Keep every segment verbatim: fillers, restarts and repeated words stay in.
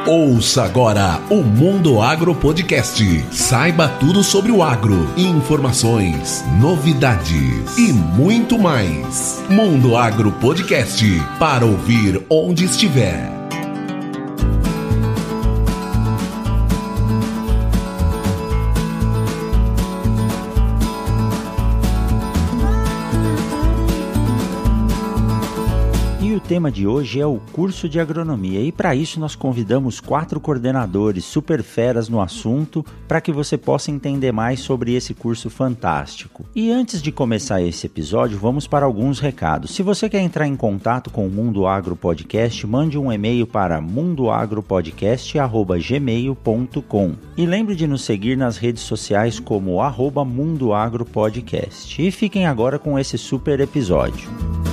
Ouça agora o Mundo Agro Podcast. Saiba tudo sobre o agro, informações, novidades e muito mais. Mundo Agro Podcast, para ouvir onde estiver. O tema de hoje é o curso de agronomia e para isso nós convidamos quatro coordenadores super feras no assunto para que você possa entender mais sobre esse curso fantástico. E antes de começar esse episódio, vamos para alguns recados. Se você quer entrar em contato com o Mundo Agro Podcast, mande um e-mail para mundoagropodcast arroba gmail ponto com e lembre de nos seguir nas redes sociais como arroba Mundo Agro Podcast. E fiquem agora com esse super episódio.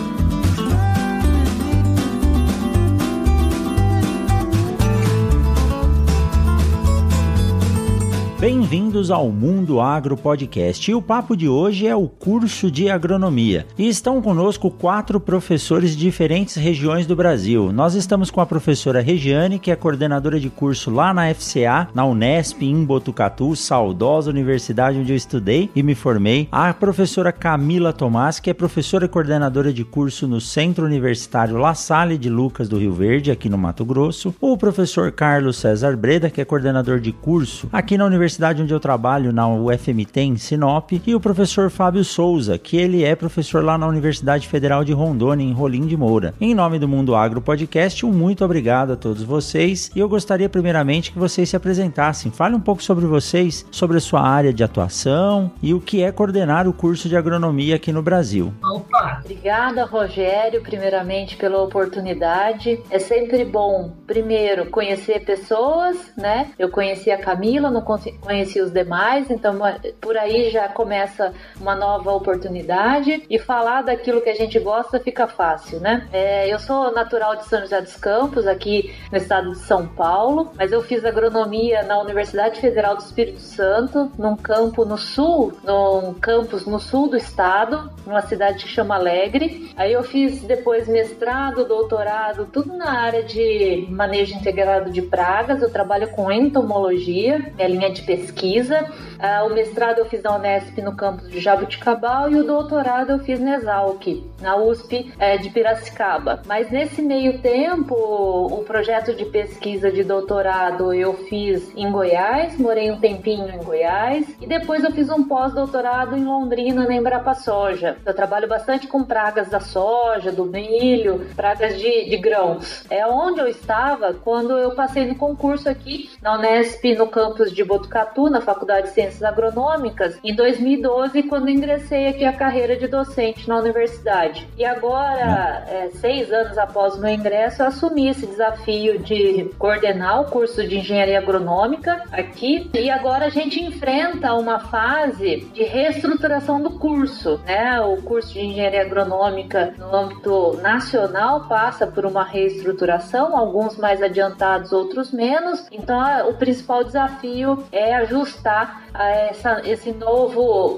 Bem-vindos ao Mundo Agro Podcast e o papo de hoje é o curso de agronomia. E estão conosco quatro professores de diferentes regiões do Brasil. Nós estamos com a professora Regiane, que é coordenadora de curso lá na F C A, na Unesp, em Botucatu, saudosa universidade onde eu estudei e me formei. A professora Camila Tomás, que é professora e coordenadora de curso no Centro Universitário La Salle de Lucas do Rio Verde, aqui no Mato Grosso. O professor Carlos César Breda, que é coordenador de curso aqui na Universidade onde eu trabalho, na U F M T, em Sinop, e o professor Fábio Souza, que ele é professor lá na Universidade Federal de Rondônia, em Rolim de Moura. Em nome do Mundo Agro Podcast, um muito obrigado a todos vocês, e eu gostaria primeiramente que vocês se apresentassem. Fale um pouco sobre vocês, sobre a sua área de atuação e o que é coordenar o curso de agronomia aqui no Brasil. Opa! Obrigada, Rogério, primeiramente pela oportunidade. É sempre bom, primeiro, conhecer pessoas, né? Eu conheci a Camila, não conheci os demais, então por aí já começa uma nova oportunidade e falar daquilo que a gente gosta fica fácil, né? É, eu sou natural de São José dos Campos, aqui no estado de São Paulo, mas eu fiz agronomia na Universidade Federal do Espírito Santo, num campo no sul, num campus no sul do estado, numa cidade que chama Alegre. Aí eu fiz depois mestrado, doutorado, tudo na área de manejo integrado de pragas. Eu trabalho com entomologia, minha linha de pesquisa. Uh, o mestrado eu fiz na Unesp no campus de Jabuticabal e o doutorado eu fiz na Exalc, na U S P é, de Piracicaba. Mas nesse meio tempo, o projeto de pesquisa de doutorado eu fiz em Goiás, morei um tempinho em Goiás e depois eu fiz um pós-doutorado em Londrina, na Embrapa Soja. Eu trabalho bastante com pragas da soja, do milho, pragas de, de grãos. É onde eu estava quando eu passei no concurso aqui na Unesp, no campus de Botucatu, na Faculdade de Ciências Agronômicas, em dois mil e doze, quando ingressei aqui a carreira de docente na universidade. E agora, é, seis anos após o meu ingresso, eu assumi esse desafio de coordenar o curso de Engenharia Agronômica aqui, e agora a gente enfrenta uma fase de reestruturação do curso, né? O curso de Engenharia Agronômica no âmbito nacional passa por uma reestruturação, alguns mais adiantados, outros menos. Então, o principal desafio é ajustar a essa, esse novo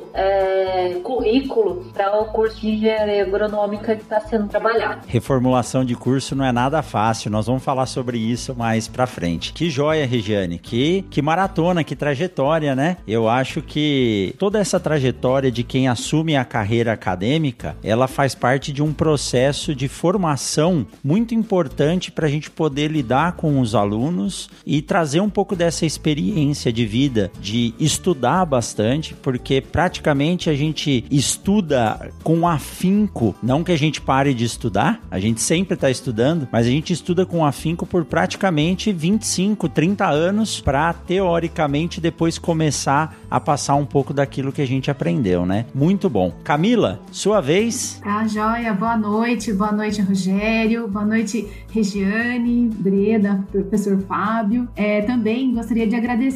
é, currículo para o curso de Engenharia Agronômica que está sendo trabalhado. Reformulação de curso não é nada fácil, nós vamos falar sobre isso mais pra frente. Que joia, Regiane, que, que maratona, que trajetória, né? Eu acho que toda essa trajetória de quem assume a carreira acadêmica, ela faz parte de um processo de formação muito importante para a gente poder lidar com os alunos e trazer um pouco dessa experiência de vida, de estudar bastante, porque praticamente a gente estuda com afinco, não que a gente pare de estudar, a gente sempre está estudando, mas a gente estuda com afinco por praticamente vinte e cinco, trinta anos para teoricamente depois começar a passar um pouco daquilo que a gente aprendeu, né? Muito bom. Camila, sua vez. Tá, joia. Boa noite. Boa noite, Rogério. Boa noite, Regiane, Breda, professor Fábio. É, também gostaria de agradecer pela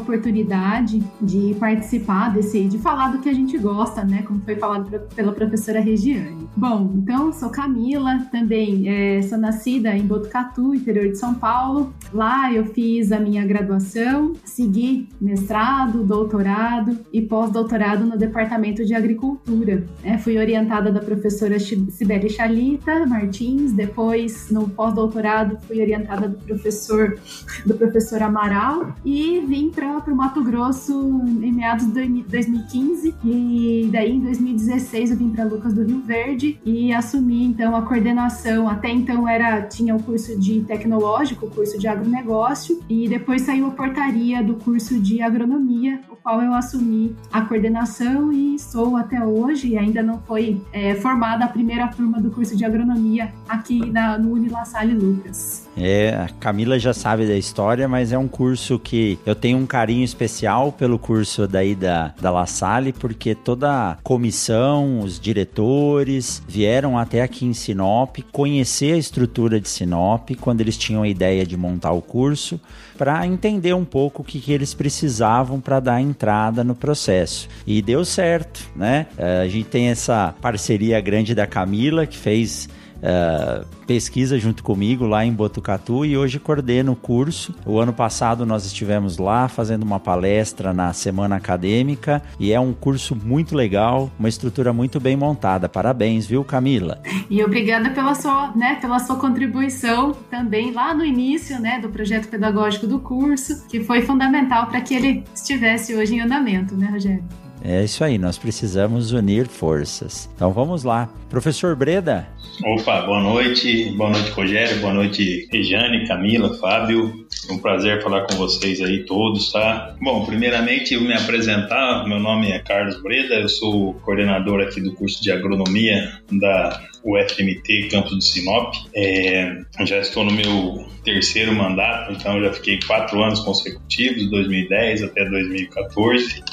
oportunidade de participar desse, de falar do que a gente gosta, né? Como foi falado pra, pela professora Regiane. Bom, então, sou Camila, também é, sou nascida em Botucatu, interior de São Paulo. Lá eu fiz a minha graduação, segui mestrado, doutorado e pós-doutorado no Departamento de Agricultura. É, fui orientada da professora Cibele Chalita Martins, depois no pós-doutorado fui orientada do professor, do professor Amaral e vim para o Mato Grosso em meados de dois mil e quinze e daí em dois mil e dezesseis eu vim para Lucas do Rio Verde e assumi então a coordenação. Até então era, tinha o curso de tecnológico, o curso de agronegócio e depois saiu a portaria do curso de agronomia, o qual eu assumi a coordenação e estou até hoje e ainda não foi é, formada a primeira turma do curso de agronomia aqui na, no Unilassalle Lucas. É, a Camila já sabe da história, mas é um curso que eu tenho um carinho especial pelo curso daí da, da La Salle, porque toda a comissão, os diretores vieram até aqui em Sinop conhecer a estrutura de Sinop quando eles tinham a ideia de montar o curso, para entender um pouco o que, que eles precisavam para dar entrada no processo. E deu certo, né? A gente tem essa parceria grande da Camila, que fez Uh, pesquisa junto comigo lá em Botucatu e hoje coordeno o curso. O ano passado nós estivemos lá fazendo uma palestra na Semana Acadêmica e é um curso muito legal, uma estrutura muito bem montada. Parabéns, viu, Camila? E obrigada pela sua, né, pela sua contribuição também lá no início, né, do projeto pedagógico do curso, que foi fundamental para que ele estivesse hoje em andamento, né, Rogério? É isso aí, nós precisamos unir forças. Então vamos lá. Professor Breda. Opa, boa noite. Boa noite, Rogério. Boa noite, Regiane, Camila, Fábio. É um prazer falar com vocês aí todos, tá? Bom, primeiramente eu me apresentar. Meu nome é Carlos Breda, eu sou coordenador aqui do curso de agronomia da U F M T Campus de Sinop. É, já estou no meu terceiro mandato, então já fiquei quatro anos consecutivos, dois mil e dez até dois mil e quatorze.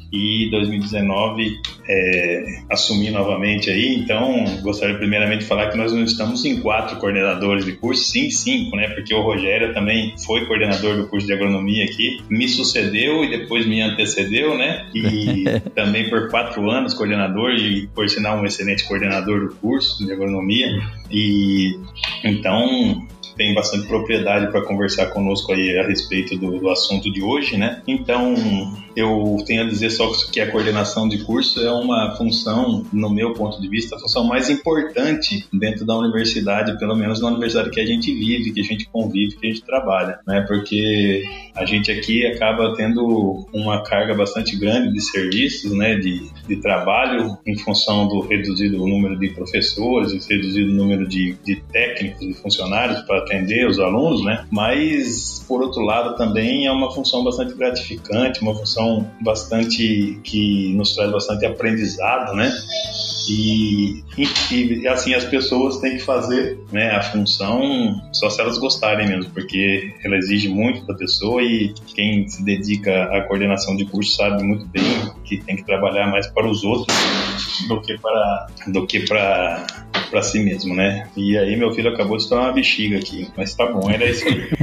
E dois mil e dezenove é, assumi novamente aí, então gostaria primeiramente de falar que nós não estamos em quatro coordenadores de curso, sim cinco, né? Porque o Rogério também foi coordenador do curso de agronomia aqui, me sucedeu e depois me antecedeu, né? E também por quatro anos coordenador e por sinal um excelente coordenador do curso de agronomia. E então tem bastante propriedade para conversar conosco aí a respeito do, do assunto de hoje, né? Então, eu tenho a dizer só que a coordenação de curso é uma função, no meu ponto de vista, a função mais importante dentro da universidade, pelo menos na universidade que a gente vive, que a gente convive, que a gente trabalha, né? Porque a gente aqui acaba tendo uma carga bastante grande de serviços, né? De, de trabalho em função do reduzido número de professores, reduzido número de, de técnicos e funcionários para atender os alunos, né? Mas, por outro lado, também é uma função bastante gratificante, uma função bastante que nos traz bastante aprendizado, né? E, e assim, as pessoas têm que fazer, né, a função só se elas gostarem mesmo, porque ela exige muito da pessoa e quem se dedica à coordenação de curso sabe muito bem que tem que trabalhar mais para os outros do que para, do que para, para si mesmo, né? E aí meu filho acabou de estourar uma bexiga aqui, mas tá bom, era isso aí.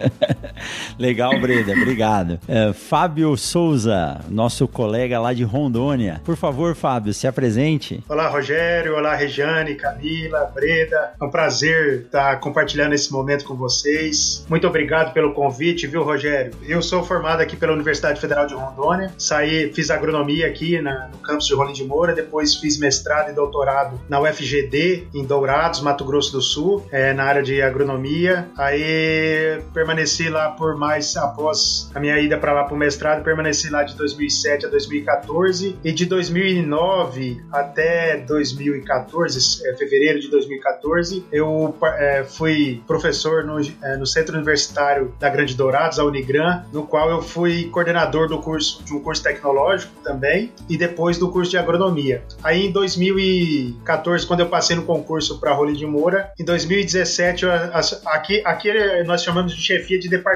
Legal, Breda, obrigado. Uh, Fábio Souza, nosso colega lá de Rondônia. Por favor, Fábio, se apresente. Olá, Rogério. Olá, Regiane, Camila, Breda. É um prazer estar compartilhando esse momento com vocês. Muito obrigado pelo convite, viu, Rogério? Eu sou formado aqui pela Universidade Federal de Rondônia. Saí, fiz agronomia aqui na, no campus de Rolim de Moura. Depois fiz mestrado e doutorado na U F G D, em Dourados, Mato Grosso do Sul, é, na área de agronomia. Aí permaneci lá por mais, após a minha ida para lá para o mestrado, permaneci lá de dois mil e sete a dois mil e quatorze e de dois mil e nove até dois mil e quatorze, é, fevereiro de dois mil e quatorze, eu é, fui professor no, é, no Centro Universitário da Grande Dourados, a Unigran, no qual eu fui coordenador do curso, de um curso tecnológico também, e depois do curso de agronomia. Aí em dois mil e quatorze, quando eu passei no concurso para Rolim de Moura, em dois mil e dezessete, eu, aqui, aqui nós chamamos de chefia de departamento,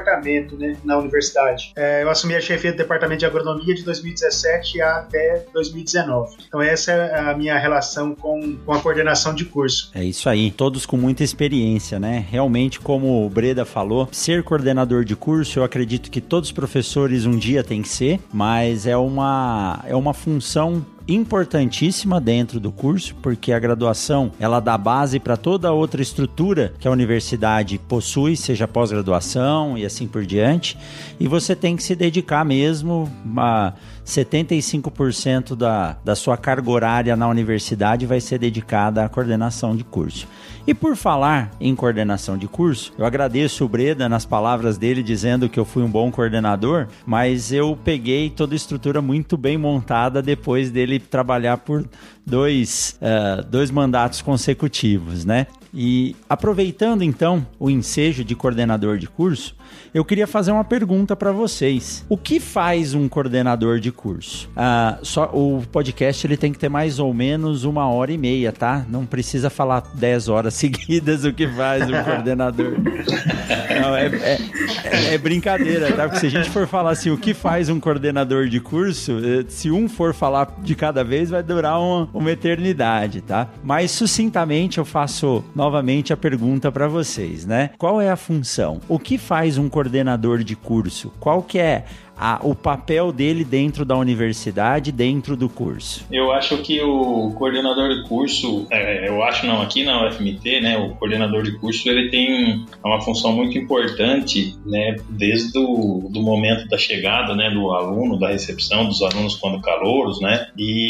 momento, né, na universidade. É, eu assumi a chefia do Departamento de Agronomia de dois mil e dezessete até dois mil e dezenove. Então essa é a minha relação com, com a coordenação de curso. É isso aí, todos com muita experiência, né? Realmente, como o Breda falou, ser coordenador de curso, eu acredito que todos os professores um dia têm que ser, mas é uma, é uma função importantíssima dentro do curso, porque a graduação ela dá base para toda a outra estrutura que a universidade possui, seja pós-graduação e assim por diante, e você tem que se dedicar mesmo a setenta e cinco por cento da, da sua carga horária na universidade vai ser dedicada à coordenação de curso. E por falar em coordenação de curso, eu agradeço o Breda nas palavras dele dizendo que eu fui um bom coordenador, mas eu peguei toda a estrutura muito bem montada depois dele trabalhar por dois, uh, dois mandatos consecutivos, né? E aproveitando então o ensejo de coordenador de curso, eu queria fazer uma pergunta para vocês. O que faz um coordenador de curso? Ah, só, o podcast ele tem que ter mais ou menos uma hora e meia, tá? Não precisa falar dez horas seguidas o que faz um coordenador. Não, é, é, é brincadeira, tá? Porque se a gente for falar assim, o que faz um coordenador de curso, se um for falar de cada vez, vai durar uma, uma eternidade, tá? Mas sucintamente eu faço novamente a pergunta para vocês, né? Qual é a função? O que faz um coordenador de curso? Qual que é a, o papel dele dentro da universidade, dentro do curso? Eu acho que o coordenador de curso, é, eu acho não, aqui na U F M T, né, o coordenador de curso, ele tem uma função muito importante, né, desde o do momento da chegada, né, do aluno, da recepção dos alunos quando calouros, né,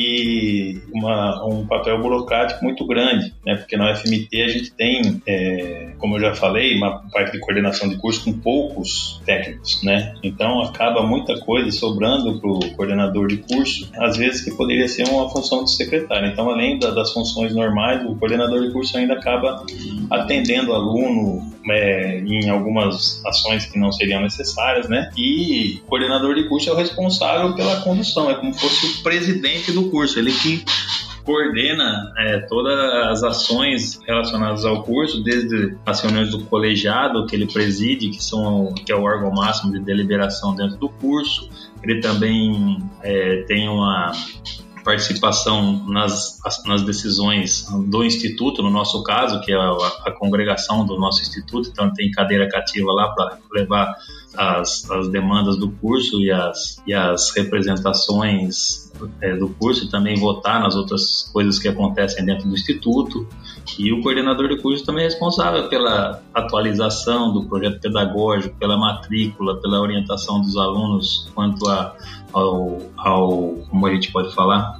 e uma, um papel burocrático muito grande, né, porque na U F M T a gente tem, é, como eu já falei, uma parte de coordenação de curso com poucos técnicos, né, então acaba muita coisa sobrando para o coordenador de curso, às vezes que poderia ser uma função de secretário. Então, além da, das funções normais, o coordenador de curso ainda acaba atendendo o aluno é, em algumas ações que não seriam necessárias, né? E o coordenador de curso é o responsável pela condução, é como se fosse o presidente do curso, ele que coordena é, todas as ações relacionadas ao curso, desde as reuniões do colegiado que ele preside, que, são, que é o órgão máximo de deliberação dentro do curso. Ele também é, tem uma participação nas, nas decisões do instituto, no nosso caso, que é a, a congregação do nosso instituto, então tem cadeira cativa lá para levar as, as demandas do curso e as, e as representações é, do curso, e também votar nas outras coisas que acontecem dentro do instituto. E o coordenador de curso também é responsável pela atualização do projeto pedagógico, pela matrícula, pela orientação dos alunos quanto a, ao, ao, como a gente pode falar,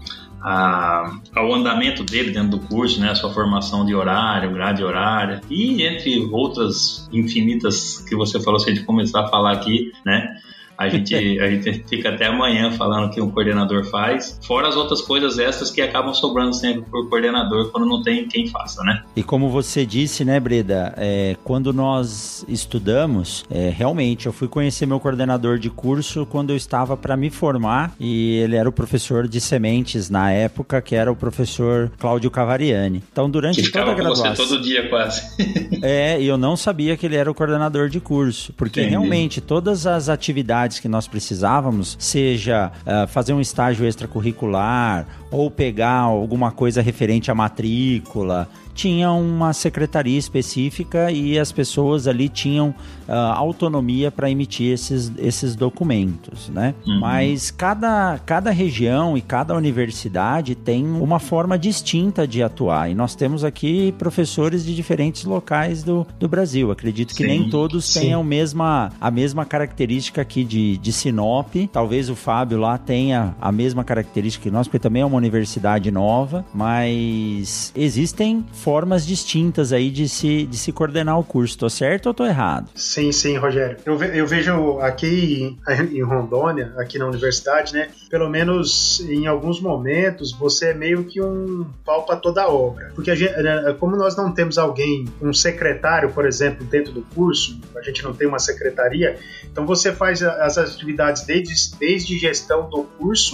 A, ao andamento dele dentro do curso, né, a sua formação de horário, grade horária, e entre outras infinitas que você falou, se a gente começar a falar aqui, né, a gente, a gente fica até amanhã falando o que um coordenador faz, fora as outras coisas extras que acabam sobrando sempre por coordenador quando não tem quem faça, né? E como você disse, né, Breda, é, quando nós estudamos, é, realmente, eu fui conhecer meu coordenador de curso quando eu estava para me formar, e ele era o professor de sementes na época, que era o professor Cláudio Cavariani. Então, durante que toda a graduação... com você todo dia, quase. É, e eu não sabia que ele era o coordenador de curso, porque Entendi. Realmente todas as atividades que nós precisávamos, seja uh, fazer um estágio extracurricular ou pegar alguma coisa referente à matrícula, tinha uma secretaria específica e as pessoas ali tinham uh, autonomia para emitir esses, esses documentos, né? Uhum. Mas cada, cada região e cada universidade tem uma forma distinta de atuar, e nós temos aqui professores de diferentes locais do, do Brasil. Acredito que sim, nem todos sim. tenham mesma, a mesma característica aqui de, de Sinop. Talvez o Fábio lá tenha a mesma característica que nós, porque também é uma universidade nova, mas existem formas distintas aí de se, de se coordenar o curso. Tô certo ou tô errado? Sim, sim, Rogério. Eu, ve, eu vejo aqui em, em Rondônia, aqui na universidade, né, pelo menos em alguns momentos, você é meio que um pau para toda a obra. Porque a gente, como nós não temos alguém, um secretário, por exemplo, dentro do curso, a gente não tem uma secretaria, então você faz as atividades desde, desde gestão do curso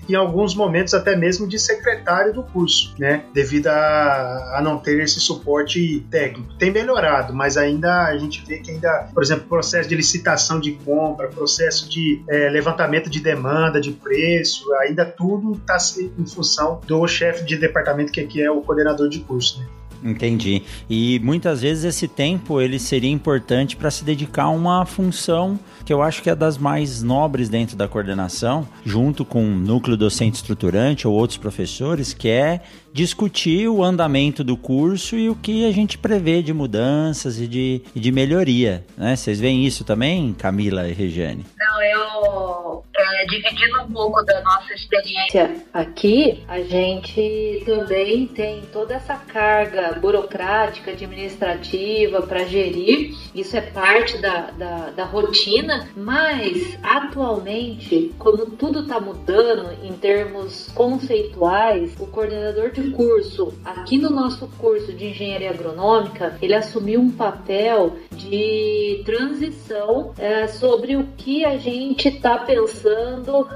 em alguns momentos até mesmo de secretário do curso, né? Devido a, a não ter esse suporte técnico. Tem melhorado, mas ainda a gente vê que ainda, por exemplo, processo de licitação de compra, processo de é, levantamento de demanda, de preço, ainda tudo está em função do chefe de departamento, que aqui é o coordenador de curso, né? Entendi. E muitas vezes esse tempo ele seria importante para se dedicar a uma função que eu acho que é das mais nobres dentro da coordenação, junto com o núcleo docente estruturante ou outros professores, que é discutir o andamento do curso e o que a gente prevê de mudanças e de, e de melhoria, né? Vocês veem isso também, Camila e Regiane? Não, eu, é, dividindo um pouco da nossa experiência aqui, a gente também tem toda essa carga burocrática, administrativa para gerir, isso é parte da, da, da rotina, mas atualmente, como tudo está mudando em termos conceituais, o coordenador de curso, aqui no nosso curso de Engenharia Agronômica, ele assumiu um papel de transição é, sobre o que a gente está pensando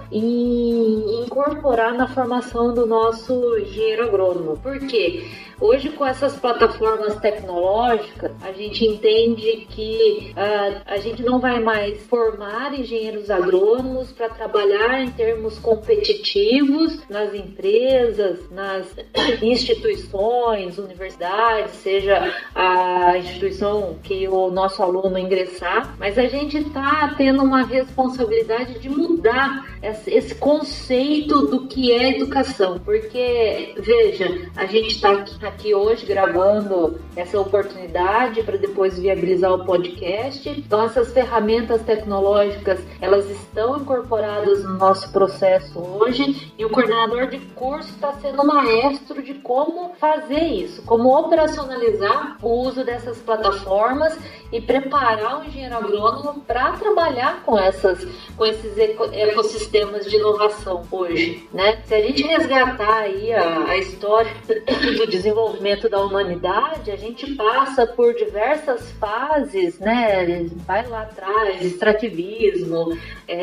em incorporar na formação do nosso engenheiro agrônomo. Por quê? Hoje, com essas plataformas tecnológicas, a gente entende que uh, a gente não vai mais formar engenheiros agrônomos para trabalhar em termos competitivos nas empresas, nas instituições, universidades, seja a instituição que o nosso aluno ingressar, mas a gente está tendo uma responsabilidade de mudar esse conceito do que é educação, porque, veja, a gente está aqui aqui hoje gravando essa oportunidade para depois viabilizar o podcast. Então essas ferramentas tecnológicas, elas estão incorporadas no nosso processo hoje e o coordenador de curso está sendo maestro de como fazer isso, como operacionalizar o uso dessas plataformas e preparar o engenheiro agrônomo para trabalhar com, essas, com esses ecossistemas de inovação hoje, né? Se a gente resgatar aí a, a história do desenvolvimento da humanidade, a gente passa por diversas fases, né? Vai lá atrás, extrativismo,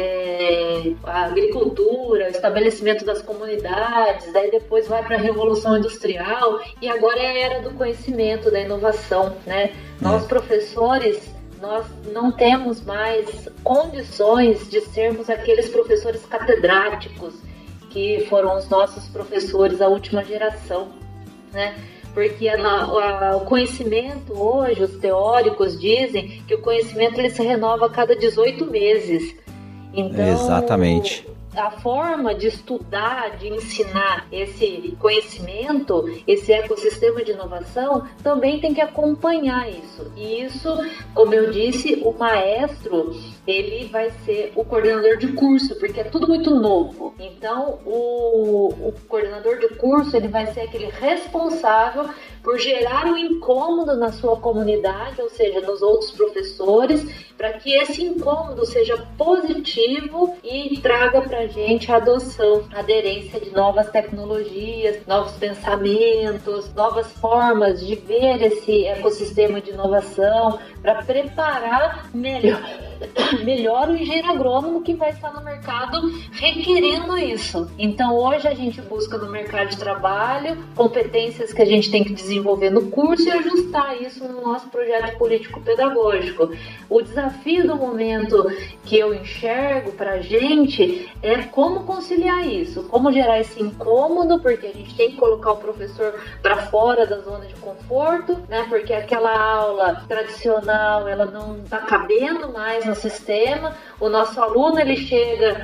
é, a agricultura, estabelecimento das comunidades, daí depois vai para a Revolução Industrial e agora é a era do conhecimento, da inovação, né? Nós, professores, nós não temos mais condições de sermos aqueles professores catedráticos que foram os nossos professores, a última geração, né? Porque a, a, o conhecimento hoje, os teóricos dizem que o conhecimento ele se renova a cada dezoito meses. Então, exatamente. A forma de estudar, de ensinar esse conhecimento, esse ecossistema de inovação, também tem que acompanhar isso. E isso, como eu disse, o maestro, ele vai ser o coordenador de curso, porque é tudo muito novo. Então, o, o coordenador de curso, ele vai ser aquele responsável por gerar um incômodo na sua comunidade, ou seja, nos outros professores, para que esse incômodo seja positivo e traga para a gente a adoção, a aderência de novas tecnologias, novos pensamentos, novas formas de ver esse ecossistema de inovação, para preparar melhor, melhor o engenheiro agrônomo que vai estar no mercado requerendo isso. Então, hoje a gente busca no mercado de trabalho competências que a gente tem que desenvolver no curso e ajustar isso no nosso projeto político-pedagógico. O desafio do momento que eu enxergo para a gente é como conciliar isso, como gerar esse incômodo, porque a gente tem que colocar o professor para fora da zona de conforto, né? Porque aquela aula tradicional, ela não está cabendo mais no sistema. O nosso aluno, ele chega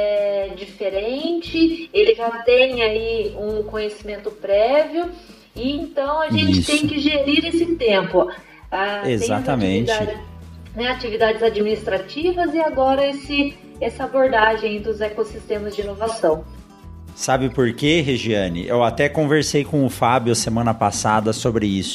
é, diferente, ele já tem aí um conhecimento prévio, e então a gente Isso. tem que gerir esse tempo. Ah, Exatamente. Tem atividade, né, atividades administrativas e agora esse, essa abordagem dos ecossistemas de inovação. Sabe por quê, Regiane? Eu até conversei com o Fábio semana passada sobre isso.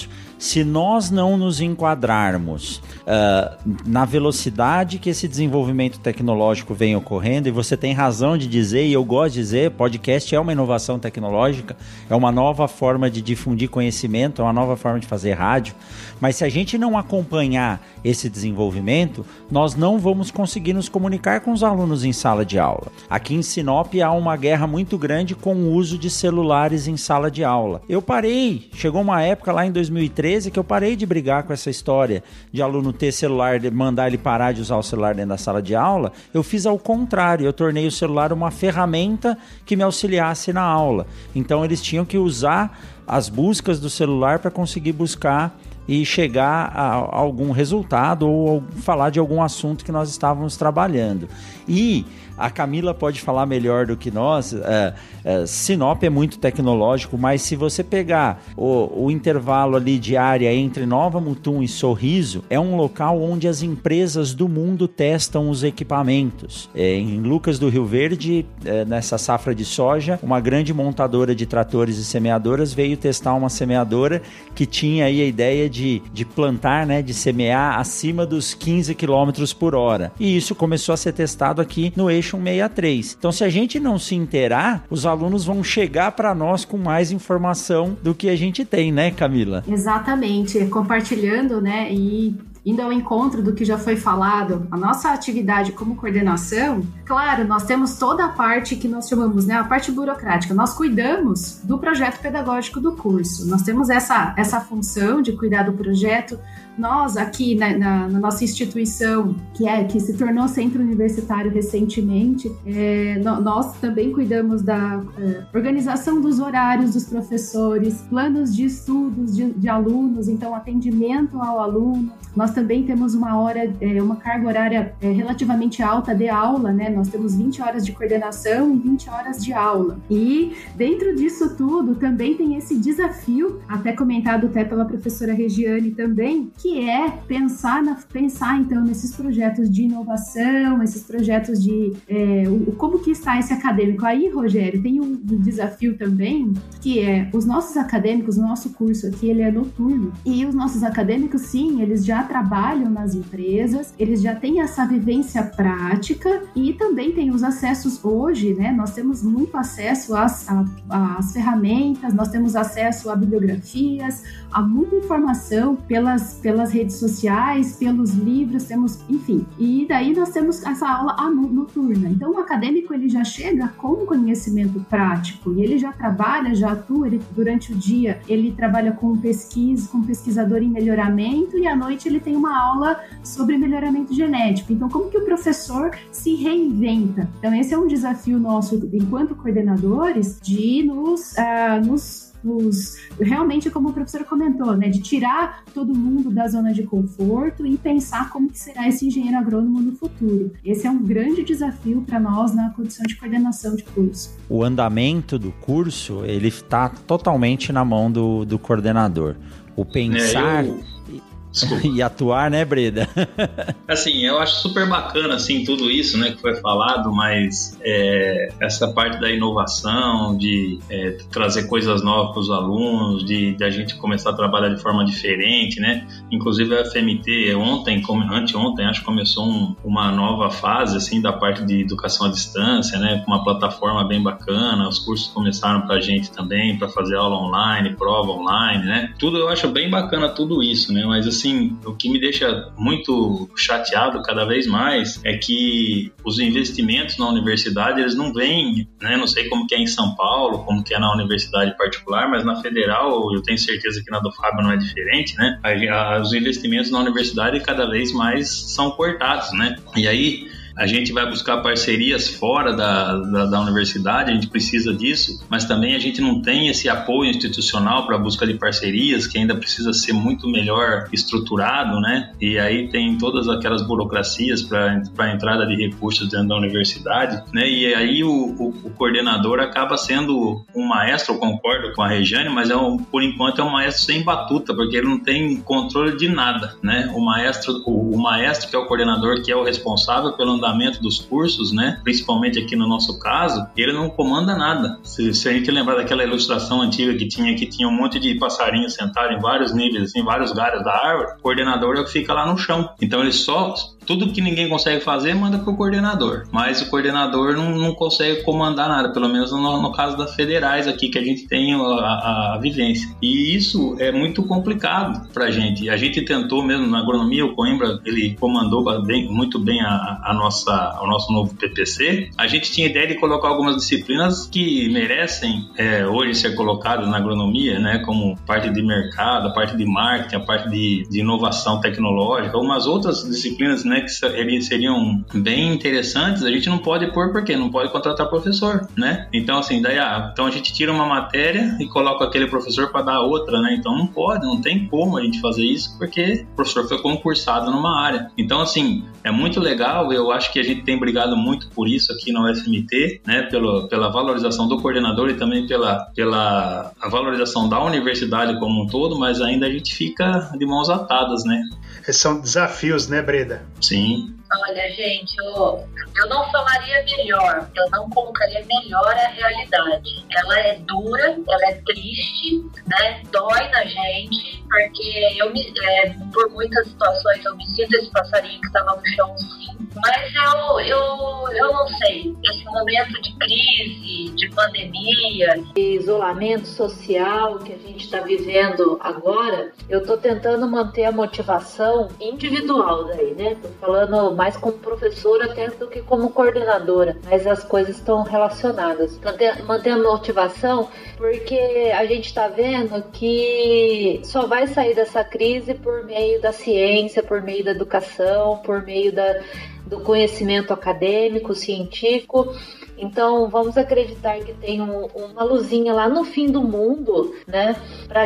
se nós não nos enquadrarmos uh, na velocidade que esse desenvolvimento tecnológico vem ocorrendo, e você tem razão de dizer, e eu gosto de dizer, podcast é uma inovação tecnológica, é uma nova forma de difundir conhecimento, é uma nova forma de fazer rádio, mas se a gente não acompanhar esse desenvolvimento, nós não vamos conseguir nos comunicar com os alunos em sala de aula. Aqui em Sinop há uma guerra muito grande com o uso de celulares em sala de aula. Eu parei, chegou uma época lá em dois mil e treze que eu parei de brigar com essa história de aluno ter celular, de mandar ele parar de usar o celular dentro da sala de aula. Eu fiz ao contrário, eu tornei o celular uma ferramenta que me auxiliasse na aula. Então eles tinham que usar as buscas do celular para conseguir buscar e chegar a algum resultado ou falar de algum assunto que nós estávamos trabalhando. E a Camila pode falar melhor do que nós, é, é, Sinop é muito tecnológico, mas se você pegar o, o intervalo ali de área entre Nova Mutum e Sorriso, é um local onde as empresas do mundo testam os equipamentos. É, em Lucas do Rio Verde, é, nessa safra de soja, uma grande montadora de tratores e semeadoras veio testar uma semeadora que tinha aí a ideia de, de plantar, né, de semear acima dos quinze quilômetros por hora. E isso começou a ser testado aqui no eixo cento e sessenta e três. Então, se a gente não se inteirar, os alunos vão chegar para nós com mais informação do que a gente tem, né, Camila? Exatamente. Compartilhando, né, e indo ao encontro do que já foi falado, a nossa atividade como coordenação, claro, nós temos toda a parte que nós chamamos, né, a parte burocrática. Nós cuidamos do projeto pedagógico do curso. Nós temos essa, essa função de cuidar do projeto. Nós aqui na, na, na nossa instituição, que, é, que se tornou centro universitário recentemente, é, no, nós também cuidamos da é, organização dos horários dos professores, planos de estudos de, de alunos, então atendimento ao aluno. Nós também temos uma hora, é, uma carga horária é, relativamente alta de aula, né? Nós temos vinte horas de coordenação e vinte horas de aula. E dentro disso tudo também tem esse desafio, até comentado até pela professora Regiane também, que é pensar, na, pensar então nesses projetos de inovação, esses projetos de é, o, como que está esse acadêmico. Aí, Rogério, tem um, um desafio também, que é os nossos acadêmicos, o nosso curso aqui, ele é noturno, e os nossos acadêmicos, sim, eles já trabalham nas empresas, eles já têm essa vivência prática e também têm os acessos hoje, né? Nós temos muito acesso às, às ferramentas, nós temos acesso a bibliografias, a muita informação pelas, pelas redes sociais, pelos livros, temos, enfim. E daí nós temos essa aula noturna. Então o acadêmico ele já chega com conhecimento prático e ele já trabalha, já atua ele, durante o dia, ele trabalha com pesquisa, com pesquisador em melhoramento e à noite ele tem uma aula sobre melhoramento genético. Então como que o professor se reinventa? Então esse é um desafio nosso enquanto coordenadores de nos, uh, nos Os, realmente, como o professor comentou, né, de tirar todo mundo da zona de conforto e pensar como que será esse engenheiro agrônomo no futuro. Esse é um grande desafio para nós na condição de coordenação de curso. O andamento do curso, ele está totalmente na mão do, do coordenador. O pensar... É, eu... Desculpa. E atuar, né, Breda? Assim, eu acho super bacana, assim, tudo isso, né, que foi falado, mas é, essa parte da inovação, de é, trazer coisas novas para os alunos, de, de a gente começar a trabalhar de forma diferente, né? Inclusive a F M T, ontem, como, anteontem, acho que começou um, uma nova fase, assim, da parte de educação à distância, né, com uma plataforma bem bacana, os cursos começaram para a gente também, para fazer aula online, prova online, né? Tudo, eu acho bem bacana tudo isso, né? Mas, assim, Assim, o que me deixa muito chateado cada vez mais é que os investimentos na universidade, eles não vêm, né? Não sei como que é em São Paulo, como que é na universidade particular, mas na federal, eu tenho certeza que na do Fábio não é diferente, né? Os investimentos na universidade cada vez mais são cortados, né? E aí a gente vai buscar parcerias fora da, da, da universidade, a gente precisa disso, mas também a gente não tem esse apoio institucional para a busca de parcerias, que ainda precisa ser muito melhor estruturado, né? E aí tem todas aquelas burocracias para a entrada de recursos dentro da universidade, né? E aí o, o, o coordenador acaba sendo um maestro, eu concordo com a Regiane, mas é um, por enquanto é um maestro sem batuta, porque ele não tem controle de nada, né? O maestro, o, o maestro que é o coordenador, que é o responsável pela andamento dos cursos, né? Principalmente aqui no nosso caso, ele não comanda nada. Se, se a gente lembrar daquela ilustração antiga que tinha, que tinha um monte de passarinhos sentados em vários níveis, assim, vários galhos da árvore, o coordenador é o que fica lá no chão. Então ele só, tudo que ninguém consegue fazer, manda pro coordenador. Mas o coordenador não, não consegue comandar nada, pelo menos no, no caso das federais aqui, que a gente tem a, a, a vivência. E isso é muito complicado pra gente. A gente tentou mesmo na agronomia, o Coimbra, ele comandou bem, muito bem a, a nossa, o nosso novo P P C. A gente tinha ideia de colocar algumas disciplinas que merecem é, hoje ser colocadas na agronomia, né, como parte de mercado, a parte de marketing, a parte de, de inovação tecnológica, algumas outras disciplinas, né, que seriam bem interessantes. A gente não pode pôr porque não pode contratar professor, né? Então assim, daí ah, então a gente tira uma matéria e coloca aquele professor para dar outra, né? Então não pode, não tem como a gente fazer isso porque o professor foi concursado numa área. Então assim, é muito legal. Eu acho que a gente tem brigado muito por isso aqui na U F M T, né? Pelo, pela valorização do coordenador e também pela, pela a valorização da universidade como um todo, mas ainda a gente fica de mãos atadas, né? São desafios, né, Breda? Sim. Olha, gente, eu, eu não falaria melhor, eu não colocaria melhor a realidade. Ela é dura, ela é triste, né? Dói na gente, porque eu me, é, por muitas situações eu me sinto esse passarinho que estava no chão, sim. Mas eu, eu, eu não sei, esse momento de crise, de pandemia, de isolamento social que a gente está vivendo agora, eu estou tentando manter a motivação individual daí, né? Tô falando mais como professora até do que como coordenadora, mas as coisas estão relacionadas. Manter a motivação porque a gente está vendo que só vai sair dessa crise por meio da ciência, por meio da educação, por meio da do conhecimento acadêmico, científico. Então, vamos acreditar que tem um, uma luzinha lá no fim do mundo, né? Para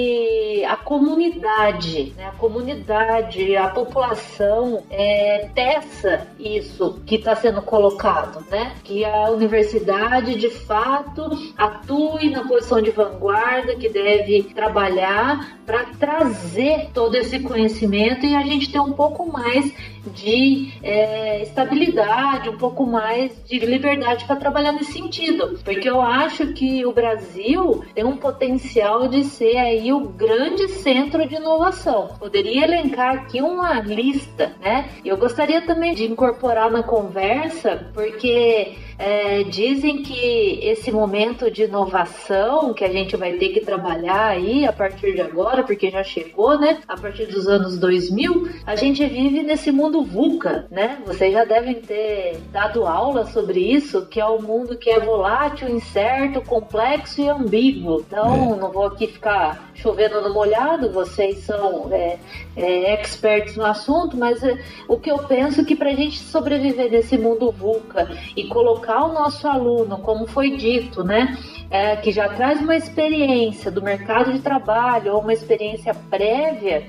que a comunidade, né, a comunidade, a população é, peça isso que está sendo colocado, né? Que a universidade, de fato, atue na posição de vanguarda, que deve trabalhar para trazer todo esse conhecimento e a gente ter um pouco mais de é, estabilidade, um pouco mais de liberdade para trabalhar nesse sentido, porque eu acho que o Brasil tem um potencial de ser aí o grande centro de inovação. Poderia elencar aqui uma lista, né? Eu gostaria também de incorporar na conversa, porque é, dizem que esse momento de inovação que a gente vai ter que trabalhar aí a partir de agora, porque já chegou, né? A partir dos anos dois mil, a gente vive nesse mundo VUCA, né? Vocês já devem ter dado aula sobre isso, que é o um mundo que é volátil, incerto, complexo e ambíguo. Então, é. não vou aqui ficar chovendo no molhado, vocês são é, é, experts no assunto, mas é, o que eu penso é que para a gente sobreviver nesse mundo VUCA e colocar o nosso aluno, como foi dito, né? É, que já traz uma experiência do mercado de trabalho ou uma experiência prévia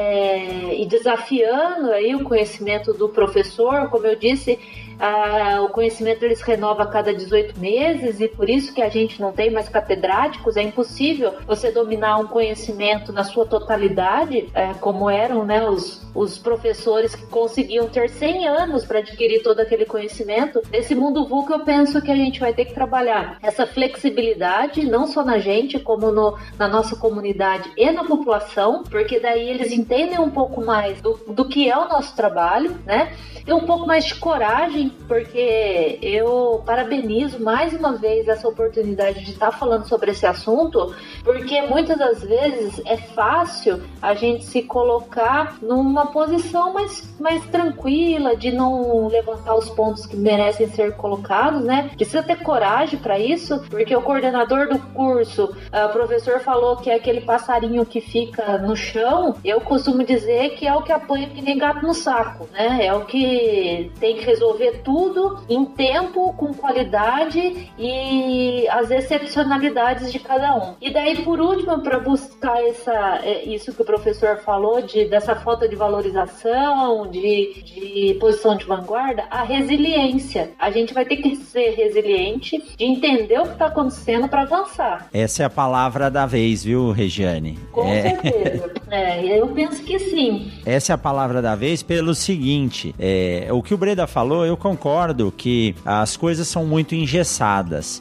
é, e desafiando aí o conhecimento do professor, como eu disse, ah, o conhecimento ele se renova a cada dezoito meses e por isso que a gente não tem mais catedráticos. É impossível você dominar um conhecimento na sua totalidade, é, como eram, né, os, os professores que conseguiam ter cem anos para adquirir todo aquele conhecimento. Nesse mundo VUCA eu penso que a gente vai ter que trabalhar essa flexibilidade, não só na gente, como no, na nossa comunidade e na população, porque daí eles entendem um pouco mais do, do que é o nosso trabalho, né? Ter um pouco mais de coragem, porque eu parabenizo mais uma vez essa oportunidade de estar falando sobre esse assunto, porque muitas das vezes é fácil a gente se colocar numa posição mais, mais tranquila, de não levantar os pontos que merecem ser colocados, né? Precisa ter coragem para isso, porque o coordenador do curso, o professor falou que é aquele passarinho que fica no chão, eu costumo dizer que é o que apanha que nem gato no saco, né? É o que tem que resolver tudo em tempo, com qualidade e as excepcionalidades de cada um. E daí, por último, para buscar essa, isso que o professor falou, de, dessa falta de valorização, de, de posição de vanguarda, a resiliência. A gente vai ter que ser resiliente, de entender o que está acontecendo para avançar. Essa é a palavra da vez, viu, Regiane? Com é... certeza. É, eu penso que sim. Essa é a palavra da vez pelo seguinte, é, o que o Breda falou, eu concordo que as coisas são muito engessadas,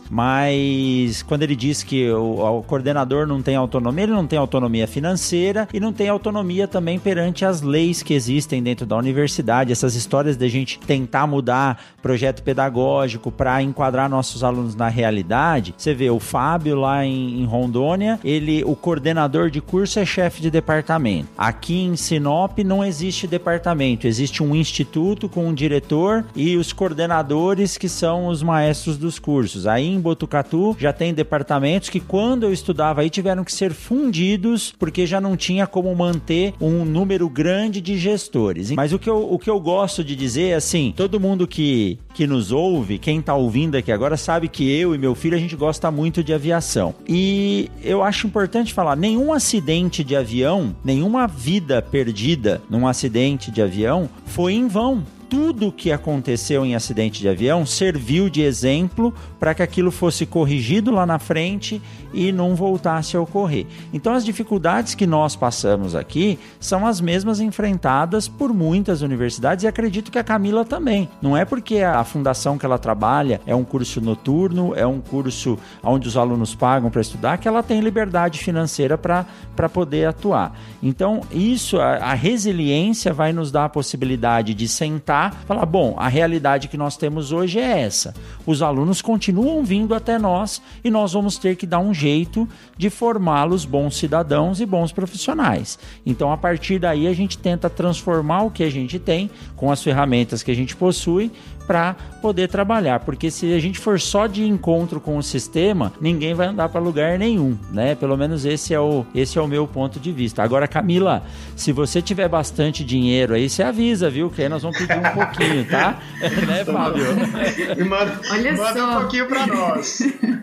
mas quando ele diz que o, o coordenador não tem autonomia, ele não tem autonomia financeira e não tem autonomia também perante as leis que existem dentro da universidade, essas histórias de a gente tentar mudar projeto pedagógico para enquadrar nossos alunos na realidade. Você vê, o Fábio lá em, em Rondônia, ele, o coordenador de curso é chefe de departamento. Aqui em Sinop não existe departamento, existe um instituto com um diretor e os coordenadores que são os maestros dos cursos. Aí em Botucatu já tem departamentos que quando eu estudava aí tiveram que ser fundidos porque já não tinha como manter um número grande de gestores. Mas o que eu, o que eu gosto de dizer é assim, todo mundo que, que nos ouve, quem tá ouvindo aqui agora sabe que eu e meu filho a gente gosta muito de aviação. E eu acho importante falar, nenhum acidente de avião, nenhuma vida perdida num acidente de avião foi em vão. Tudo que aconteceu em acidente de avião serviu de exemplo para que aquilo fosse corrigido lá na frente e não voltasse a ocorrer. Então as dificuldades que nós passamos aqui são as mesmas enfrentadas por muitas universidades e acredito que a Camila também. Não é porque a fundação que ela trabalha é um curso noturno, é um curso onde os alunos pagam para estudar, que ela tem liberdade financeira para para poder atuar. Então isso, a, a resiliência vai nos dar a possibilidade de sentar falar, bom, a realidade que nós temos hoje é essa. Os alunos continuam vindo até nós e nós vamos ter que dar um jeito de formá-los bons cidadãos e bons profissionais. Então, a partir daí, a gente tenta transformar o que a gente tem com as ferramentas que a gente possui para poder trabalhar, porque se a gente for só de encontro com o sistema, ninguém vai andar para lugar nenhum, né? Pelo menos esse é o, esse é o meu ponto de vista. Agora, Camila, se você tiver bastante dinheiro aí, você avisa, viu? Que aí nós vamos pedir um pouquinho, tá? Né, Fábio? E manda, Olha manda só. um pouquinho para nós.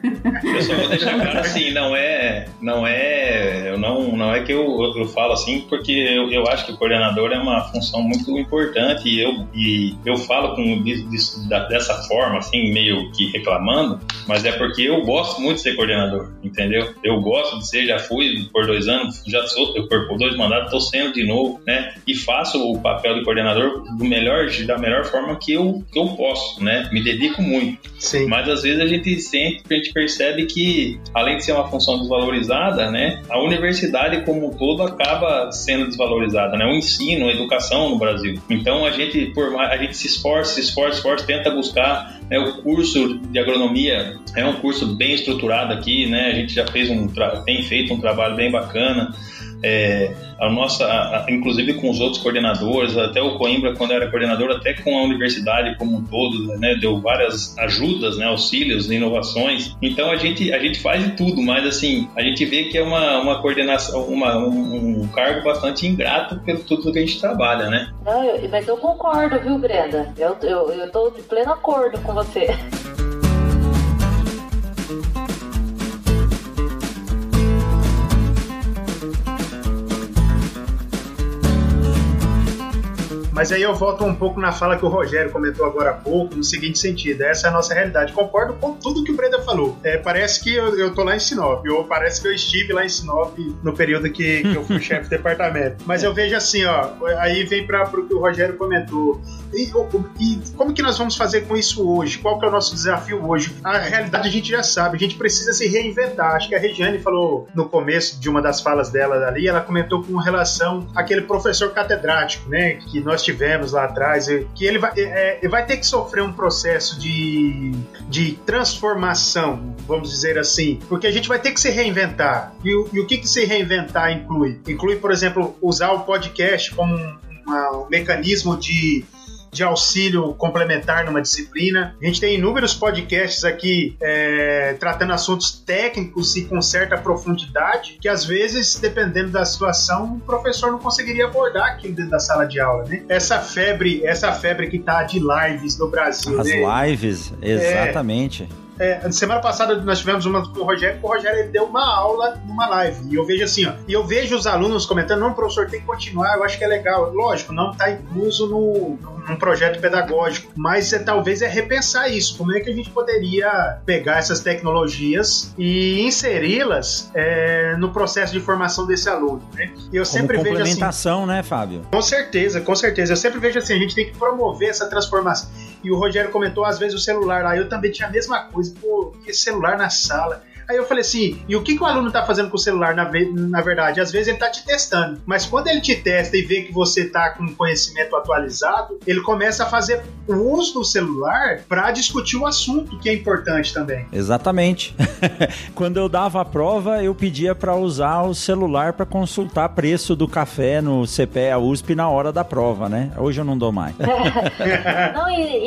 Eu só vou deixar claro assim, não é, não é, eu não, não é que eu, eu falo assim, porque eu, eu acho que o coordenador é uma função muito importante e eu, e eu falo com disso, dessa forma, assim, meio que reclamando, mas é porque eu gosto muito de ser coordenador, entendeu? Eu gosto de ser, já fui por dois anos, já sou, eu por dois mandatos, estou sendo de novo, né? E faço o papel de coordenador do melhor, da melhor forma que eu, que eu posso, né? Me dedico muito. Sim. Mas às vezes a gente sente, a gente percebe que, além de ser uma função desvalorizada, né? A universidade como um todo acaba sendo desvalorizada, né? O ensino, a educação no Brasil. Então a gente, por mais, a gente se esforça, se esforça, se esforça, tenta buscar, né? O curso de agronomia é um curso bem estruturado aqui, né? A gente já fez um, tem feito um trabalho bem bacana. É, a nossa, a, a, inclusive com os outros coordenadores, até o Coimbra, quando era coordenador, até com a universidade como um todo, né, deu várias ajudas, né, auxílios, inovações. Então a gente, a gente faz de tudo, mas assim, a gente vê que é uma, uma coordenação, uma, um, um cargo bastante ingrato pelo tudo que a gente trabalha, né? Não, eu, mas eu concordo, viu, Brenda? Eu, eu, eu tô de pleno acordo com você. Mas aí eu volto um pouco na fala que o Rogério comentou agora há pouco, no seguinte sentido, essa é a nossa realidade. Concordo com tudo que o Breda falou. É, parece que eu, eu tô lá em Sinop, ou parece que eu estive lá em Sinop no período que, que eu fui chefe de departamento. Mas eu vejo assim, ó, aí vem para o que o Rogério comentou. E, e como que nós vamos fazer com isso hoje? Qual que é o nosso desafio hoje? A realidade a gente já sabe, a gente precisa se reinventar. Acho que a Regiane falou no começo de uma das falas dela ali, ela comentou com relação àquele professor catedrático, né, que nós tivemos lá atrás, que ele vai, é, vai ter que sofrer um processo de, de transformação, vamos dizer assim, porque a gente vai ter que se reinventar. E, e o que, que se reinventar inclui? Inclui, por exemplo, usar o podcast como um, uma, um mecanismo de de auxílio complementar numa disciplina. A gente tem inúmeros podcasts aqui é, tratando assuntos técnicos e com certa profundidade, que às vezes, dependendo da situação, o professor não conseguiria abordar aquilo dentro da sala de aula, né? Essa febre, essa febre que tá de lives no Brasil, As né? lives, exatamente. É, É, semana passada nós tivemos uma com o Rogério, o Rogério ele deu uma aula numa live, e eu vejo assim, ó, e eu vejo os alunos comentando, não, professor, tem que continuar, eu acho que é legal. Lógico, não está incluso no, num projeto pedagógico, mas é, talvez é repensar isso, como é que a gente poderia pegar essas tecnologias e inseri-las é, no processo de formação desse aluno, né? E eu como sempre vejo assim... complementação, né, Fábio? Com certeza, com certeza. Eu sempre vejo assim, a gente tem que promover essa transformação. E o Rogério comentou, às vezes, o celular lá. Eu também tinha a mesma coisa. Pô, que celular na sala. Aí eu falei assim, e o que, que o aluno está fazendo com o celular, na, na verdade? Às vezes ele está te testando, mas quando ele te testa e vê que você está com conhecimento atualizado, ele começa a fazer o uso do celular para discutir o assunto, que é importante também. Exatamente. Quando eu dava a prova, eu pedia para usar o celular para consultar preço do café no C P E A U S P na hora da prova, né? Hoje eu não dou mais. Não,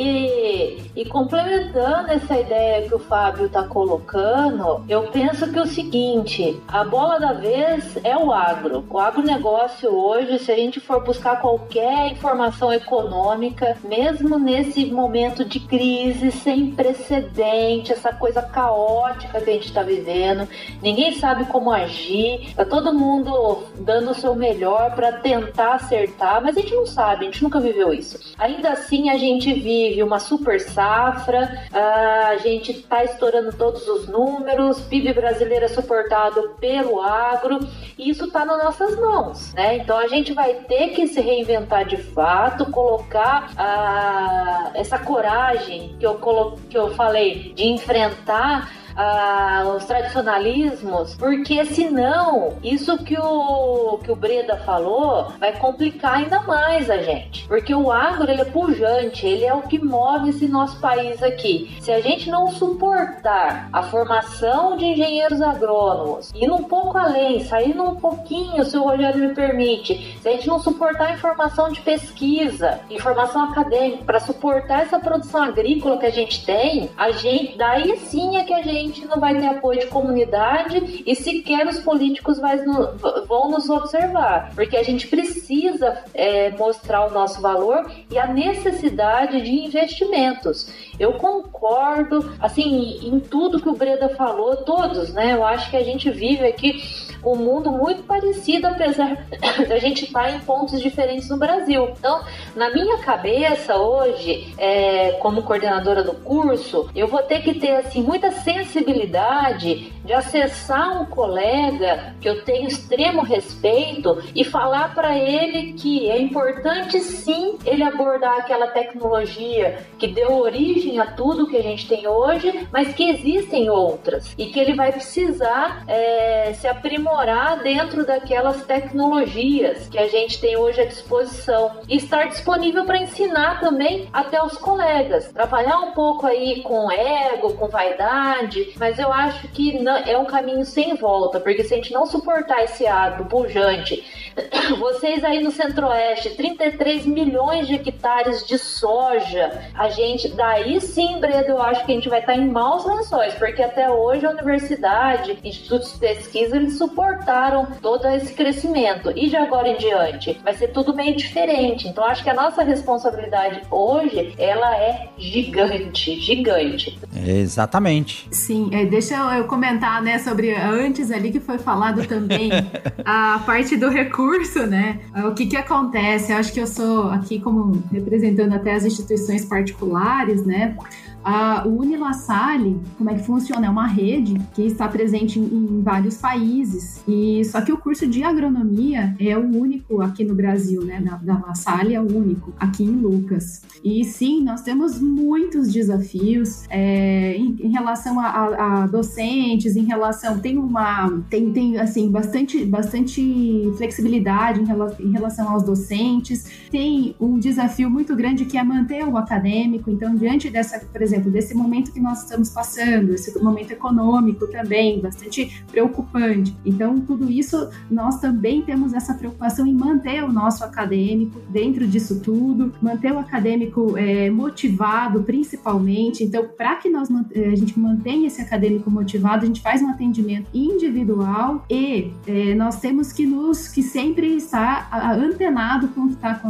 e, e, e complementando essa ideia que o Fábio está colocando, eu penso que é o seguinte, a bola da vez é o agro. O agronegócio hoje, se a gente for buscar qualquer informação econômica, mesmo nesse momento de crise sem precedente, essa coisa caótica que a gente está vivendo, ninguém sabe como agir, tá todo mundo dando o seu melhor para tentar acertar, mas a gente não sabe, a gente nunca viveu isso. Ainda assim, a gente vive uma super safra, a gente está estourando todos os números, P I B brasileiro é suportado pelo agro, e isso está nas nossas mãos, né? Então a gente vai ter que se reinventar de fato, colocar ah, essa coragem que eu, colo- que eu falei de enfrentar Ah, os tradicionalismos, porque senão isso que o, que o Breda falou vai complicar ainda mais a gente, porque o agro ele é pujante, ele é o que move esse nosso país aqui. Se a gente não suportar a formação de engenheiros agrônomos, indo um pouco além, saindo um pouquinho, se o Rogério me permite, se a gente não suportar a informação de pesquisa, informação acadêmica, para suportar essa produção agrícola que a gente tem, a gente, daí sim é que a gente não vai ter apoio de comunidade e sequer os políticos vai no, vão nos observar, porque a gente precisa é, mostrar o nosso valor e a necessidade de investimentos. Eu concordo, assim, em tudo que o Breda falou, todos, né? Eu acho que a gente vive aqui um mundo muito parecido, apesar da gente estar em pontos diferentes no Brasil. Então, na minha cabeça hoje, é, como coordenadora do curso, eu vou ter que ter assim muita sensibilidade de acessar um colega que eu tenho extremo respeito e falar para ele que é importante sim ele abordar aquela tecnologia que deu origem a tudo que a gente tem hoje, mas que existem outras e que ele vai precisar é, se aprimorar dentro daquelas tecnologias que a gente tem hoje à disposição e estar disponível para ensinar também até os colegas, trabalhar um pouco aí com ego, com vaidade, mas eu acho que não, é um caminho sem volta, porque se a gente não suportar esse agro pujante, vocês aí no Centro-Oeste, trinta e três milhões de hectares de soja, a gente, daí sim, Breda, eu acho que a gente vai estar em maus lençóis, porque até hoje a universidade, institutos de pesquisa, eles suportaram todo esse crescimento, e de agora em diante vai ser tudo meio diferente. Então acho que a nossa responsabilidade hoje, ela é gigante, gigante. Exatamente. Sim, é, deixa eu comentar, né, sobre antes ali que foi falado também a parte do recurso, né, o que que acontece, eu acho que eu sou aqui como representando até as instituições particulares, né. A Unilassalle, como é que funciona? É uma rede que está presente em, em vários países, e só que o curso de agronomia é o único aqui no Brasil, né? Da, da La Salle é o único aqui em Lucas. E sim, nós temos muitos desafios é, em, em relação a, a, a docentes, em relação tem uma tem, tem assim bastante bastante flexibilidade em, rela, em relação aos docentes. Tem um desafio muito grande que é manter o acadêmico. Então, diante dessa, por exemplo, desse momento que nós estamos passando, esse momento econômico também, bastante preocupante. Então, tudo isso, nós também temos essa preocupação em manter o nosso acadêmico dentro disso tudo, manter o acadêmico é, motivado, principalmente. Então, para que nós, a gente mantenha esse acadêmico motivado, a gente faz um atendimento individual e é, nós temos que, nos, que sempre estar antenado com o que está acontecendo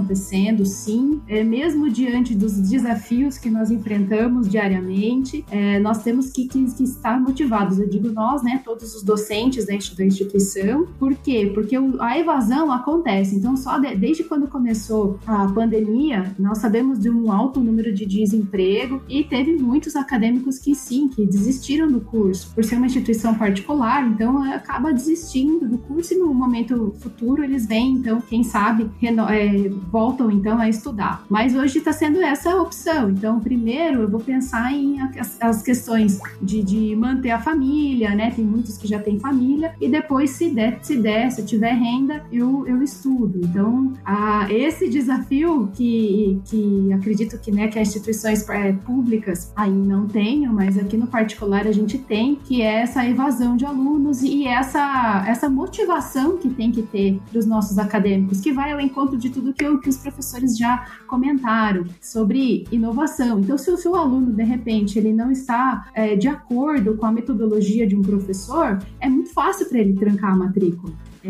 acontecendo, sim, é, mesmo diante dos desafios que nós enfrentamos diariamente, é, nós temos que, que, que estar motivados. Eu digo nós, né, todos os docentes da instituição. Por quê? Porque o, a evasão acontece. Então, só de, desde quando começou a pandemia, nós sabemos de um alto número de desemprego e teve muitos acadêmicos que sim, que desistiram do curso. Por ser uma instituição particular, então acaba desistindo do curso e no momento futuro eles vêm, então, quem sabe, reno, é, voltam então a estudar. Mas hoje está sendo essa a opção. Então, primeiro eu vou pensar em as, as questões de, de manter a família, né? Tem muitos que já têm família, e depois, se der, se der, se eu tiver renda, eu, eu estudo. Então, a, esse desafio que, que acredito que, né, que as instituições é, públicas ainda não tenham, mas aqui no particular a gente tem, que é essa evasão de alunos e essa, essa motivação que tem que ter dos nossos acadêmicos, que vai ao encontro de tudo que, eu, que os professores já comentaram sobre inovação. Então, se o seu aluno, de repente, ele não está é, de acordo com a metodologia de um professor, é muito fácil para ele trancar a matrícula.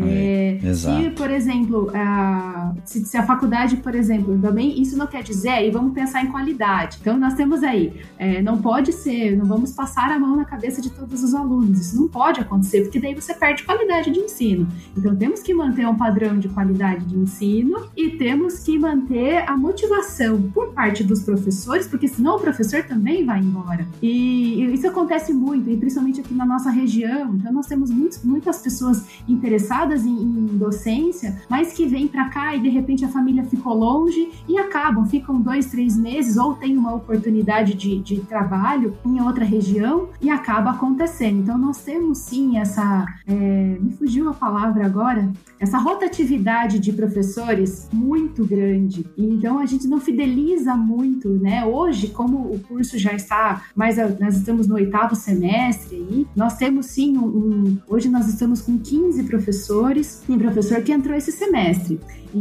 É, é, se, por exemplo, a, se, se a faculdade, por exemplo, também isso não quer dizer, e vamos pensar em qualidade. Então, nós temos aí, é, não pode ser, não vamos passar a mão na cabeça de todos os alunos. Isso não pode acontecer, porque daí você perde qualidade de ensino. Então, temos que manter um padrão de qualidade de ensino e temos que manter a motivação por parte dos professores, porque senão o professor também vai embora. E, e isso acontece muito, e principalmente aqui na nossa região. Então, nós temos muitos, muitas pessoas interessadas Em, em docência, mas que vêm para cá e de repente a família ficou longe e acabam, ficam dois, três meses ou tem uma oportunidade de, de trabalho em outra região e acaba acontecendo. Então nós temos sim essa, é, me fugiu a palavra agora, essa rotatividade de professores muito grande. Então a gente não fideliza muito, né? Hoje, como o curso já está, mais a, nós estamos no oitavo semestre aí, nós temos sim um, um hoje nós estamos com quinze professores. Tem professor que entrou esse semestre.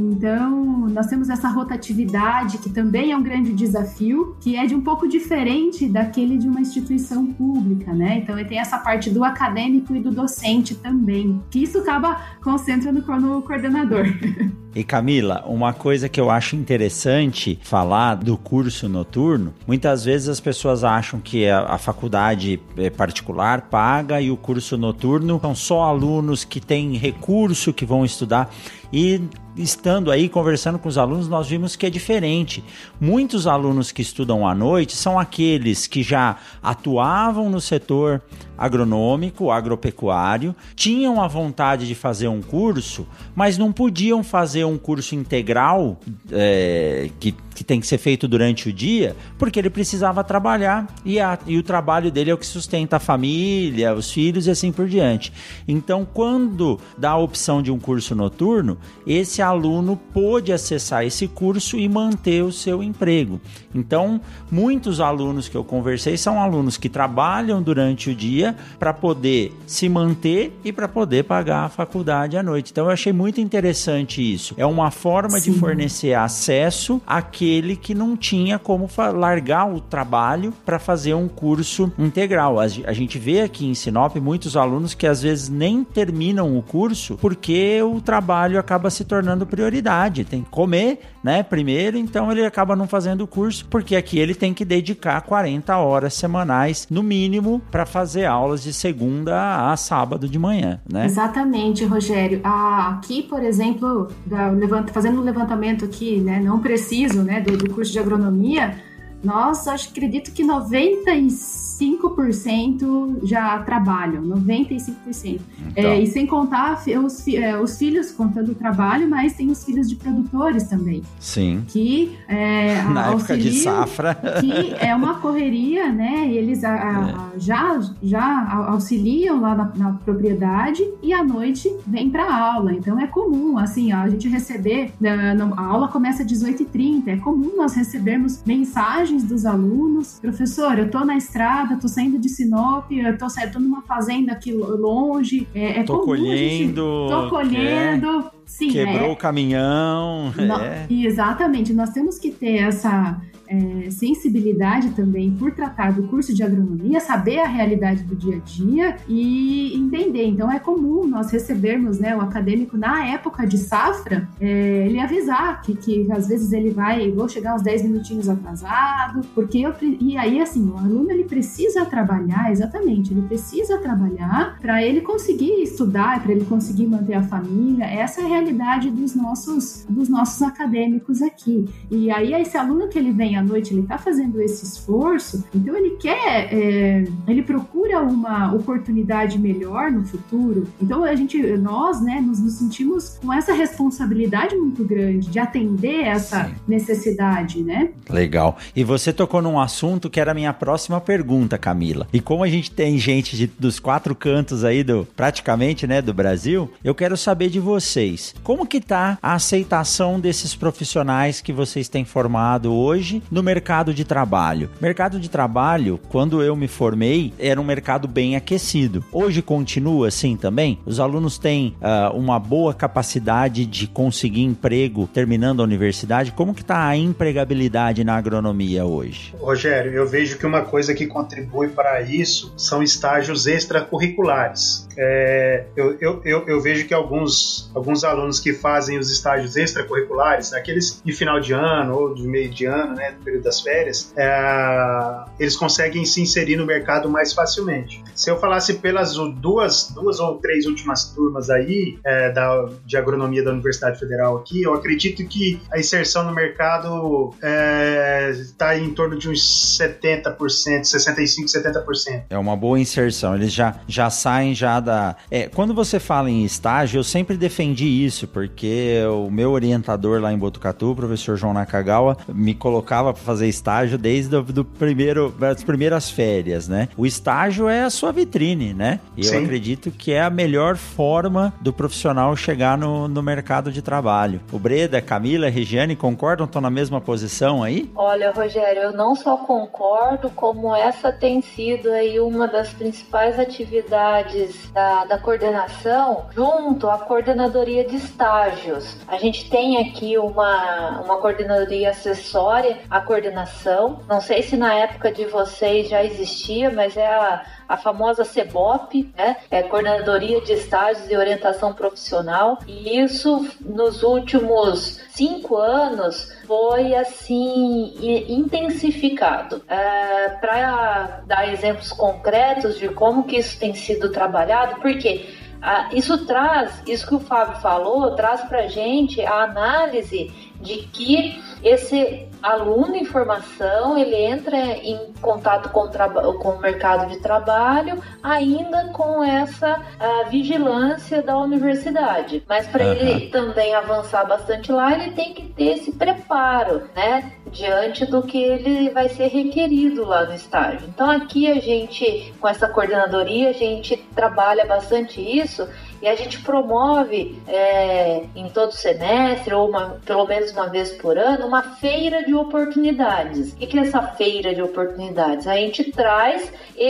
Então, nós temos essa rotatividade, que também é um grande desafio, que é de um pouco diferente daquele de uma instituição pública, né? Então, tem essa parte do acadêmico e do docente também, que isso acaba concentrando no coordenador. E Camila, uma coisa que eu acho interessante falar do curso noturno, muitas vezes as pessoas acham que a, a faculdade particular paga e o curso noturno são só alunos que têm recurso, que vão estudar. E estando aí conversando com os alunos, nós vimos que é diferente. Muitos alunos que estudam à noite são aqueles que já atuavam no setor agronômico, agropecuário, tinham a vontade de fazer um curso, mas não podiam fazer um curso integral é, que, que tem que ser feito durante o dia, porque ele precisava trabalhar e, a, e o trabalho dele é o que sustenta a família, os filhos e assim por diante. Então, quando dá a opção de um curso noturno, esse aluno pôde acessar esse curso e manter o seu emprego. Então, muitos alunos que eu conversei são alunos que trabalham durante o dia para poder se manter e para poder pagar a faculdade à noite. Então, eu achei muito interessante isso. É uma forma Sim. de fornecer acesso àquele que não tinha como largar o trabalho para fazer um curso integral. A gente vê aqui em Sinop muitos alunos que às vezes nem terminam o curso porque o trabalho acaba se tornando prioridade. Tem que comer, né, primeiro, então ele acaba não fazendo o curso, porque aqui ele tem que dedicar quarenta horas semanais, no mínimo, para fazer aulas de segunda a sábado de manhã, né? Exatamente, Rogério. Ah, aqui, por exemplo, da, levanta, fazendo um levantamento aqui, né, não preciso, né, do, do curso de agronomia, nós acho, acredito que noventa e cinco por cento já trabalham, noventa e cinco por cento. Então. É, e sem contar os, é, os filhos, contando o trabalho, mas tem os filhos de produtores também. Sim. Que é, na época de safra. Que é uma correria, né? Eles a, a, é. já, já auxiliam lá na, na propriedade e à noite vem para aula. Então é comum, assim, a gente receber, a aula começa às dezoito e trinta, é comum nós recebermos mensagens dos alunos: professor, eu tô na estrada, tô saindo de Sinop, eu tô, tô numa fazenda aqui longe, é, é tô comum colhendo, a gente, tô colhendo, Sim, quebrou é. o caminhão. No, é. Exatamente, nós temos que ter essa é, sensibilidade também por tratar do curso de agronomia, saber a realidade do dia a dia e entender. Então é comum nós recebermos, né, o acadêmico na época de safra, é, ele avisar que, que às vezes ele vai, vou chegar uns dez minutinhos atrasado, porque eu, e aí assim, o aluno ele precisa trabalhar, exatamente, ele precisa trabalhar para ele conseguir estudar, para ele conseguir manter a família. Essa é a realidade dos nossos, dos nossos acadêmicos aqui. E aí esse aluno que ele vem à noite, ele está fazendo esse esforço, então ele quer, é, ele procura uma oportunidade melhor no futuro. Então a gente, nós, né, nos, nos sentimos com essa responsabilidade muito grande de atender essa Sim. necessidade, né? Legal. E você tocou num assunto que era a minha próxima pergunta, Camila. E como a gente tem gente de, dos quatro cantos aí, do, praticamente, né, do Brasil, eu quero saber de vocês. Como que tá a aceitação desses profissionais que vocês têm formado hoje no mercado de trabalho? Mercado de trabalho, quando eu me formei, era um mercado bem aquecido. Hoje continua assim também? Os alunos têm uh, uma boa capacidade de conseguir emprego terminando a universidade? Como que está a empregabilidade na agronomia hoje? Rogério, eu vejo que uma coisa que contribui para isso são estágios extracurriculares. É, eu, eu, eu, eu vejo que alguns, alguns alunos que fazem os estágios extracurriculares, aqueles de final de ano ou de meio de ano, né, do período das férias, é, eles conseguem se inserir no mercado mais facilmente. Se eu falasse pelas duas, duas ou três últimas turmas aí é, da, de agronomia da Universidade Federal aqui, eu acredito que a inserção no mercado está é, em torno de uns setenta por cento, sessenta e cinco por cento, setenta por cento. É uma boa inserção, eles já, já saem já da... É, quando você fala em estágio, eu sempre defendi isso, porque o meu orientador lá em Botucatu, o professor João Nakagawa, me colocava para fazer estágio desde do, do primeiro, das primeiras férias, né? O estágio é a sua vitrine, né? E Sim. eu acredito que é a melhor forma do profissional chegar no, no mercado de trabalho. O Breda, Camila, Regiane, concordam? Estão na mesma posição aí? Olha, Rogério, eu não só concordo, como essa tem sido aí uma das principais atividades da, da coordenação, junto à coordenadoria de estágios. A gente tem aqui uma, uma coordenadoria acessória à coordenação. Não sei se na época de vocês já existia, mas é a a famosa CEBOP, né? É Coordenadoria de Estágios e Orientação Profissional, e isso nos últimos cinco anos foi assim intensificado. É, para dar exemplos concretos de como que isso tem sido trabalhado, porque ah, isso traz, isso que o Fábio falou, traz para a gente a análise de que esse aluno em formação, ele entra em contato com o, traba- com o mercado de trabalho, ainda com essa uh, vigilância da universidade. Mas para uhum. ele também avançar bastante lá, ele tem que ter esse preparo, né? Diante do que ele vai ser requerido lá no estágio. Então aqui a gente, com essa coordenadoria, a gente trabalha bastante isso e a gente promove é, em todo semestre, ou uma, pelo menos uma vez por ano, uma feira de oportunidades. O que é essa feira de oportunidades? A gente traz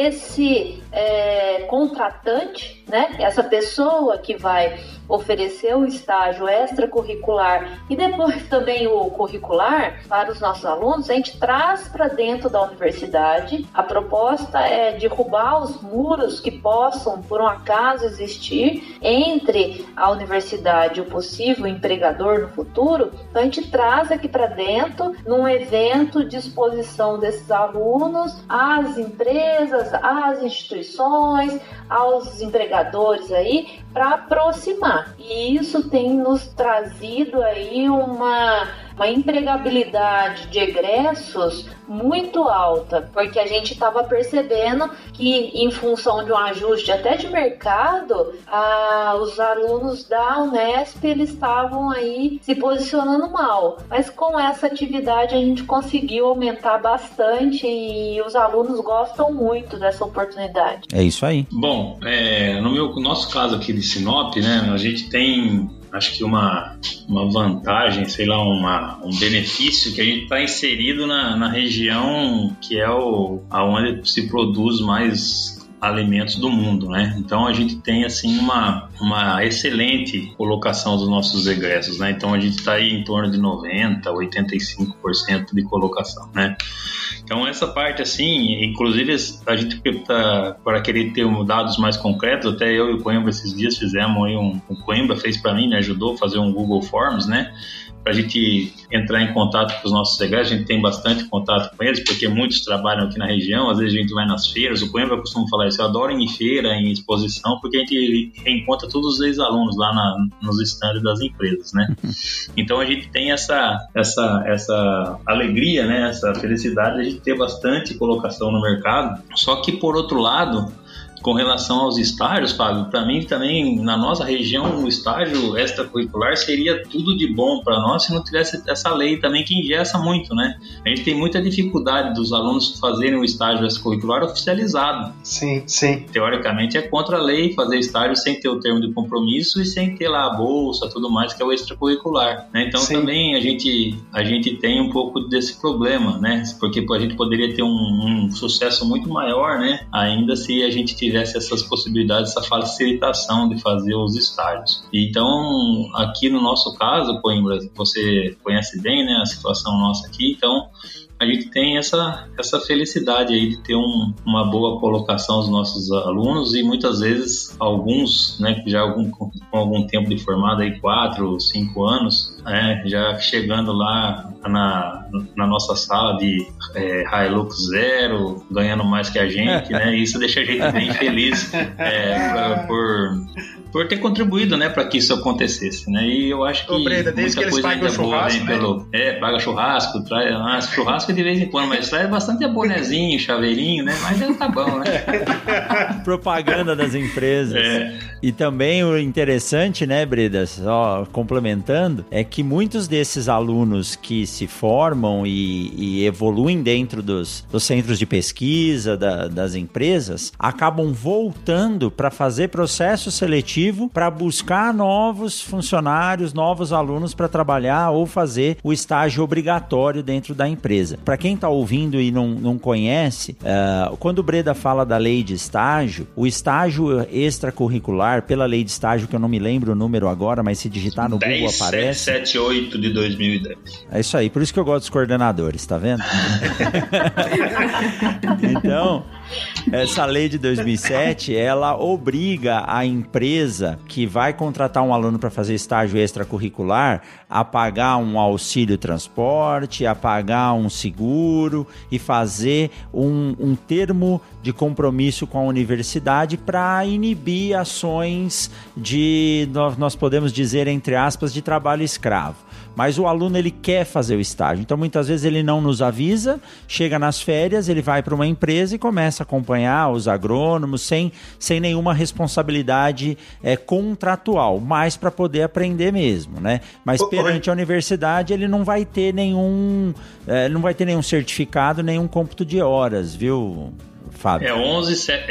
esse é, contratante, né? Essa pessoa que vai oferecer o estágio extracurricular e depois também o curricular para os nossos alunos, a gente traz para dentro da universidade. A proposta é derrubar os muros que possam, por um acaso, existir entre a universidade e o possível empregador no futuro. Então a gente traz aqui para dentro, num evento de exposição desses alunos às empresas, às instituições, aos empregadores aí, para aproximar. E isso tem nos trazido aí uma, uma empregabilidade de egressos muito alta, porque a gente estava percebendo que, em função de um ajuste até de mercado, ah, os alunos da Unesp, eles estavam aí se posicionando mal. Mas com essa atividade a gente conseguiu aumentar bastante e os alunos gostam muito dessa oportunidade. É isso aí. Bom, é, no meu, nosso caso aqui de Sinop, né, a gente tem, acho que uma, uma vantagem, sei lá, uma, um benefício que a gente está inserido na, na região que é o, aonde se produz mais alimentos do mundo, né? Então a gente tem assim uma, uma excelente colocação dos nossos egressos, né? Então a gente está aí em torno de noventa, oitenta e cinco por cento de colocação, né? Então essa parte assim, inclusive a gente tá, para querer ter dados mais concretos, até eu e o Coimbra esses dias fizemos aí um, o Coimbra fez para mim, me ajudou a fazer um Google Forms, né? Para a gente entrar em contato com os nossos egressos, a gente tem bastante contato com eles, porque muitos trabalham aqui na região, às vezes a gente vai nas feiras, o Coimbra costuma falar isso, eu adoro ir em feira, em exposição, porque a gente encontra todos os ex-alunos lá na, nos estandes das empresas, né? Então a gente tem essa, essa, essa alegria, né? Essa felicidade de a gente ter bastante colocação no mercado, só que por outro lado, com relação aos estágios, Fábio, para mim também, na nossa região, o estágio extracurricular seria tudo de bom para nós se não tivesse essa lei também que engessa muito, né? A gente tem muita dificuldade dos alunos fazerem o estágio extracurricular oficializado. Sim, sim. Teoricamente é contra a lei fazer estágio sem ter o termo de compromisso e sem ter lá a bolsa, tudo mais, que é o extracurricular, né? Então sim, também a gente, a gente tem um pouco desse problema, né? Porque a gente poderia ter um, um sucesso muito maior, né? Ainda se a gente tivesse essas possibilidades, essa facilitação de fazer os estágios. Então, aqui no nosso caso, Coimbra, você conhece bem, né, a situação nossa aqui, então a gente tem essa, essa felicidade aí de ter um, uma boa colocação dos nossos alunos e muitas vezes alguns, né, já algum, com algum tempo de formado, aí quatro, cinco anos, né, já chegando lá na, na nossa sala de é, Hilux Zero, ganhando mais que a gente, né, e isso deixa a gente bem feliz é, pra, por... por ter contribuído, né, para que isso acontecesse, né? E eu acho que Ô, Breda, desde muita que coisa eles pagam ainda boa, churrasco, hein, né? pelo, é, paga churrasco, traz ah, churrasco de vez em quando, mas traz bastante bonezinho, chaveirinho, né? Mas já tá bom, né? Propaganda das empresas. É. E também o interessante, né, Breda, só complementando, é que muitos desses alunos que se formam e, e evoluem dentro dos, dos centros de pesquisa, da, das empresas, acabam voltando para fazer processo seletivo para buscar novos funcionários, novos alunos para trabalhar ou fazer o estágio obrigatório dentro da empresa. Para quem está ouvindo e não, não conhece, uh, quando o Breda fala da lei de estágio, o estágio extracurricular, pela lei de estágio, que eu não me lembro o número agora, mas se digitar no Google aparece. dez sete sete oito de dois mil e dez. É isso aí, por isso que eu gosto dos coordenadores, tá vendo? Então, essa lei de dois mil e sete, ela obriga a empresa que vai contratar um aluno para fazer estágio extracurricular a pagar um auxílio transporte, a pagar um seguro e fazer um, um termo de compromisso com a universidade para inibir ações de, nós podemos dizer, entre aspas, de trabalho escravo. Mas o aluno, ele quer fazer o estágio. Então, muitas vezes, ele não nos avisa, chega nas férias, ele vai para uma empresa e começa a acompanhar os agrônomos sem, sem nenhuma responsabilidade é, contratual, mas para poder aprender mesmo, né? Mas perante a universidade, ele não vai ter nenhum, é, não vai ter nenhum certificado, nenhum cômputo de horas, viu, Fábio? É onze sete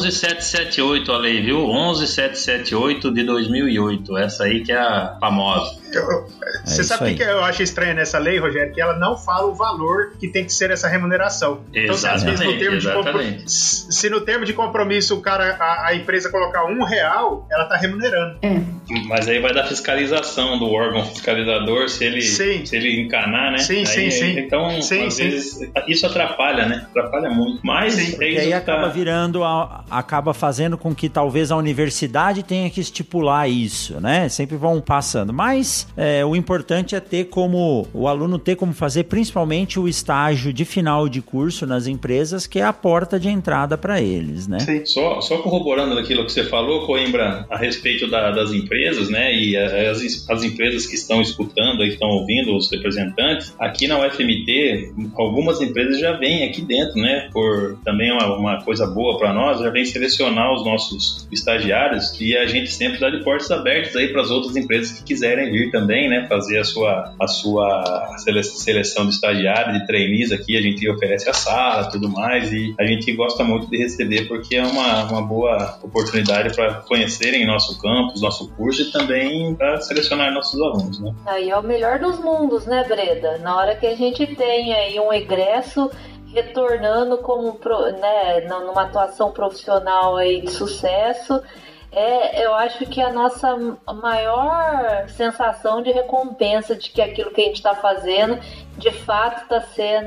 sete oito a lei, viu? onze sete sete oito de dois mil e oito. Essa aí que é a famosa. Eu, você é sabe o que eu acho estranho nessa lei, Rogério? Que ela não fala o valor que tem que ser essa remuneração. Então, se, às vezes, no termo de compro... se no termo de compromisso o cara, a, a empresa colocar um real, ela está remunerando. É. Mas aí vai dar fiscalização do órgão fiscalizador, se ele, se ele encanar, né? Sim, aí, sim, sim. Então, sim, às sim. vezes, isso atrapalha, né? Atrapalha muito. Mas sim. é e aí acaba tá... virando, a, acaba fazendo com que talvez a universidade tenha que estipular isso, né? Sempre vão passando. Mas é, o importante é ter como, o aluno ter como fazer principalmente o estágio de final de curso nas empresas, que é a porta de entrada para eles, né? Sim. Só, só corroborando aquilo que você falou, Coimbra, a respeito da, das empresas, né? E as, as empresas que estão escutando, que estão ouvindo os representantes, aqui na U F M T, algumas empresas já vêm aqui dentro, né? Por também uma, uma coisa boa para nós, já vem selecionar os nossos estagiários e a gente sempre dá de portas abertas aí para as outras empresas que quiserem vir também, né? Fazer a sua, a sua seleção de estagiários, de trainees aqui, a gente oferece a sala, tudo mais, e a gente gosta muito de receber porque é uma, uma boa oportunidade para conhecerem nosso campus, nosso curso e também para selecionar nossos alunos, né? Aí é o melhor dos mundos, né, Breda? Na hora que a gente tem aí um egresso retornando como, né, numa atuação profissional aí de sucesso. É, eu acho que a nossa maior sensação de recompensa de que aquilo que a gente está fazendo de fato está sendo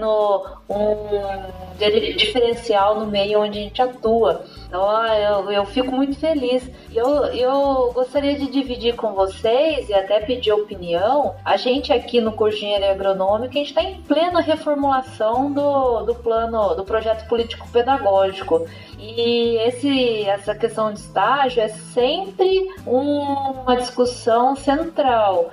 um diferencial no meio onde a gente atua. Então eu, eu fico muito feliz. Eu, eu gostaria de dividir com vocês e até pedir opinião. A gente aqui no curso de Engenharia Agronômica, a gente está em plena reformulação do, do plano, do projeto político-pedagógico. E esse, essa questão de estágio é sempre uma discussão central.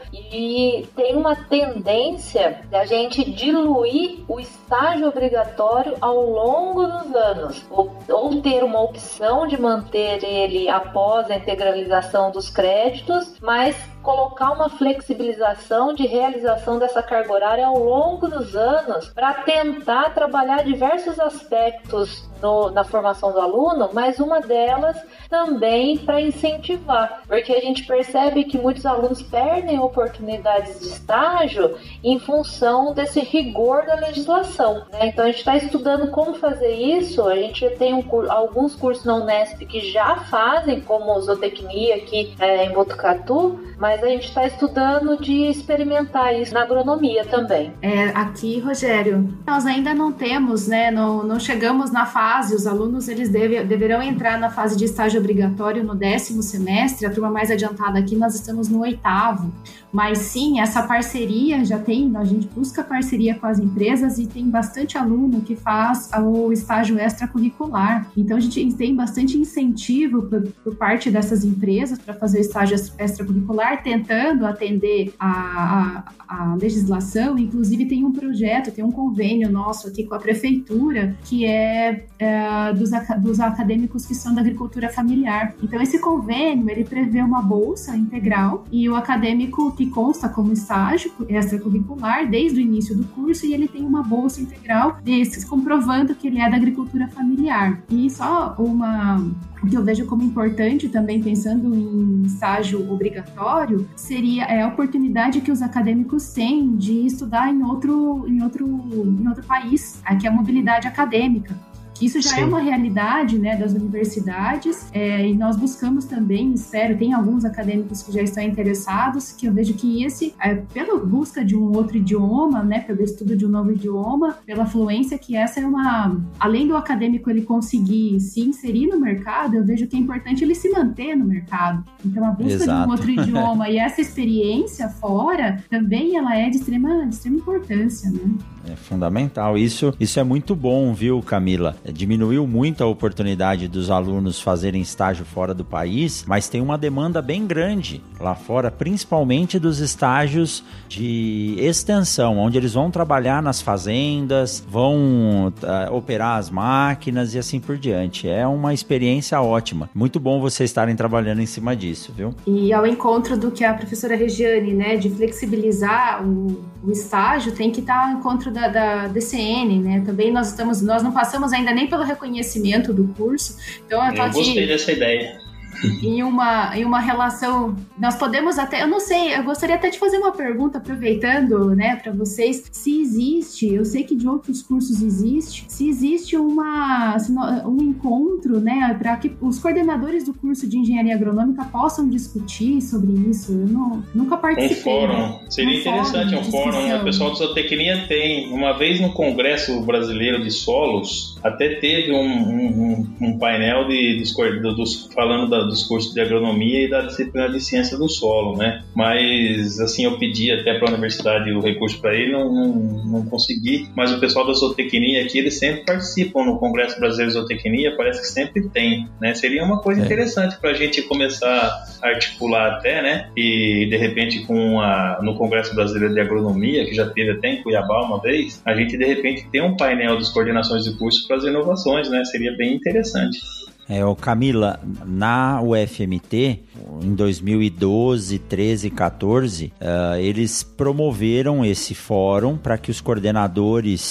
E tem uma tendência da gente diluir o estágio obrigatório ao longo dos anos, ou, ou ter uma opção de manter ele após a integralização dos créditos, mas colocar uma flexibilização de realização dessa carga horária ao longo dos anos para tentar trabalhar diversos aspectos no, na formação do aluno, mas uma delas também para incentivar, porque a gente percebe que muitos alunos perdem oportunidades de estágio em função desse rigor da legislação, né? Então a gente está estudando como fazer isso. A gente tem um, alguns cursos na Unesp que já fazem, como zootecnia aqui é, em Botucatu, mas a gente está estudando de experimentar isso na agronomia também. É, aqui, Rogério, nós ainda não temos, né, não, não chegamos na fase, os alunos eles deve, deverão entrar na fase de estágio obrigatório no décimo semestre, a turma mais adiantada aqui, nós estamos no oitavo, mas sim, essa parceria já tem, a gente busca parceria com as empresas e tem bastante aluno que faz o estágio extracurricular, então a gente tem bastante incentivo por, por parte dessas empresas para fazer o estágio extracurricular, tentando atender a, a, a legislação. Inclusive tem um projeto, tem um convênio nosso aqui com a prefeitura, que é, é dos, dos acadêmicos que são da agricultura familiar. Então esse convênio, ele prevê uma bolsa integral e o acadêmico que consta como estágio extracurricular desde o início do curso, e ele tem uma bolsa integral desses, comprovando que ele é da agricultura familiar. E só uma... O que eu vejo como importante também, pensando em estágio obrigatório, seria é, a oportunidade que os acadêmicos têm de estudar em outro, em outro, em outro país, aqui é a mobilidade acadêmica. Isso já Sim. é uma realidade, né, das universidades, é, e nós buscamos também, espero, tem alguns acadêmicos que já estão interessados, que eu vejo que esse, é, pela busca de um outro idioma, né, pelo estudo de um novo idioma, pela fluência, que essa é uma... Além do acadêmico ele conseguir se inserir no mercado, eu vejo que é importante ele se manter no mercado. Então, a busca Exato. de um outro idioma e essa experiência fora, também ela é de extrema, de extrema importância, né? É fundamental. Isso, isso é muito bom, viu, Camila? Diminuiu muito a oportunidade dos alunos fazerem estágio fora do país, mas tem uma demanda bem grande lá fora, principalmente dos estágios de extensão, onde eles vão trabalhar nas fazendas, vão uh, operar as máquinas e assim por diante. É uma experiência ótima. Muito bom vocês estarem trabalhando em cima disso, viu? E ao encontro do que a professora Regiane, né, de flexibilizar o, o estágio, tem que estar ao encontro da, da D C N, né? Também nós estamos, nós não passamos ainda nem pelo reconhecimento do curso. Então eu tô eu aqui gostei dessa ideia. Em uma, em uma relação, nós podemos até, eu não sei, eu gostaria até de fazer uma pergunta, aproveitando, né, para vocês, se existe, eu sei que de outros cursos existe, se existe uma, um encontro, né, para que os coordenadores do curso de Engenharia Agronômica possam discutir sobre isso. Eu não, nunca participei. Um fórum, seria um interessante, fórum um fórum, né? O pessoal de zootecnia tem, uma vez no Congresso Brasileiro de Solos, até teve um, um, um painel de, dos, dos, falando da dos cursos de agronomia e da disciplina de ciência do solo, né? Mas, assim, eu pedi até para a universidade o recurso para ele, não, não, não consegui. Mas o pessoal da zootecnia aqui, eles sempre participam no Congresso Brasileiro de Zootecnia, parece que sempre tem, né? Seria uma coisa é. interessante para a gente começar a articular até, né? E, de repente, com a, no Congresso Brasileiro de Agronomia, que já teve até em Cuiabá uma vez, a gente, de repente, tem um painel das coordenações de curso para as inovações, né? Seria bem interessante. É, o Camila, na U F M T, em dois mil e doze, treze, quatorze, uh, eles promoveram esse fórum para que os coordenadores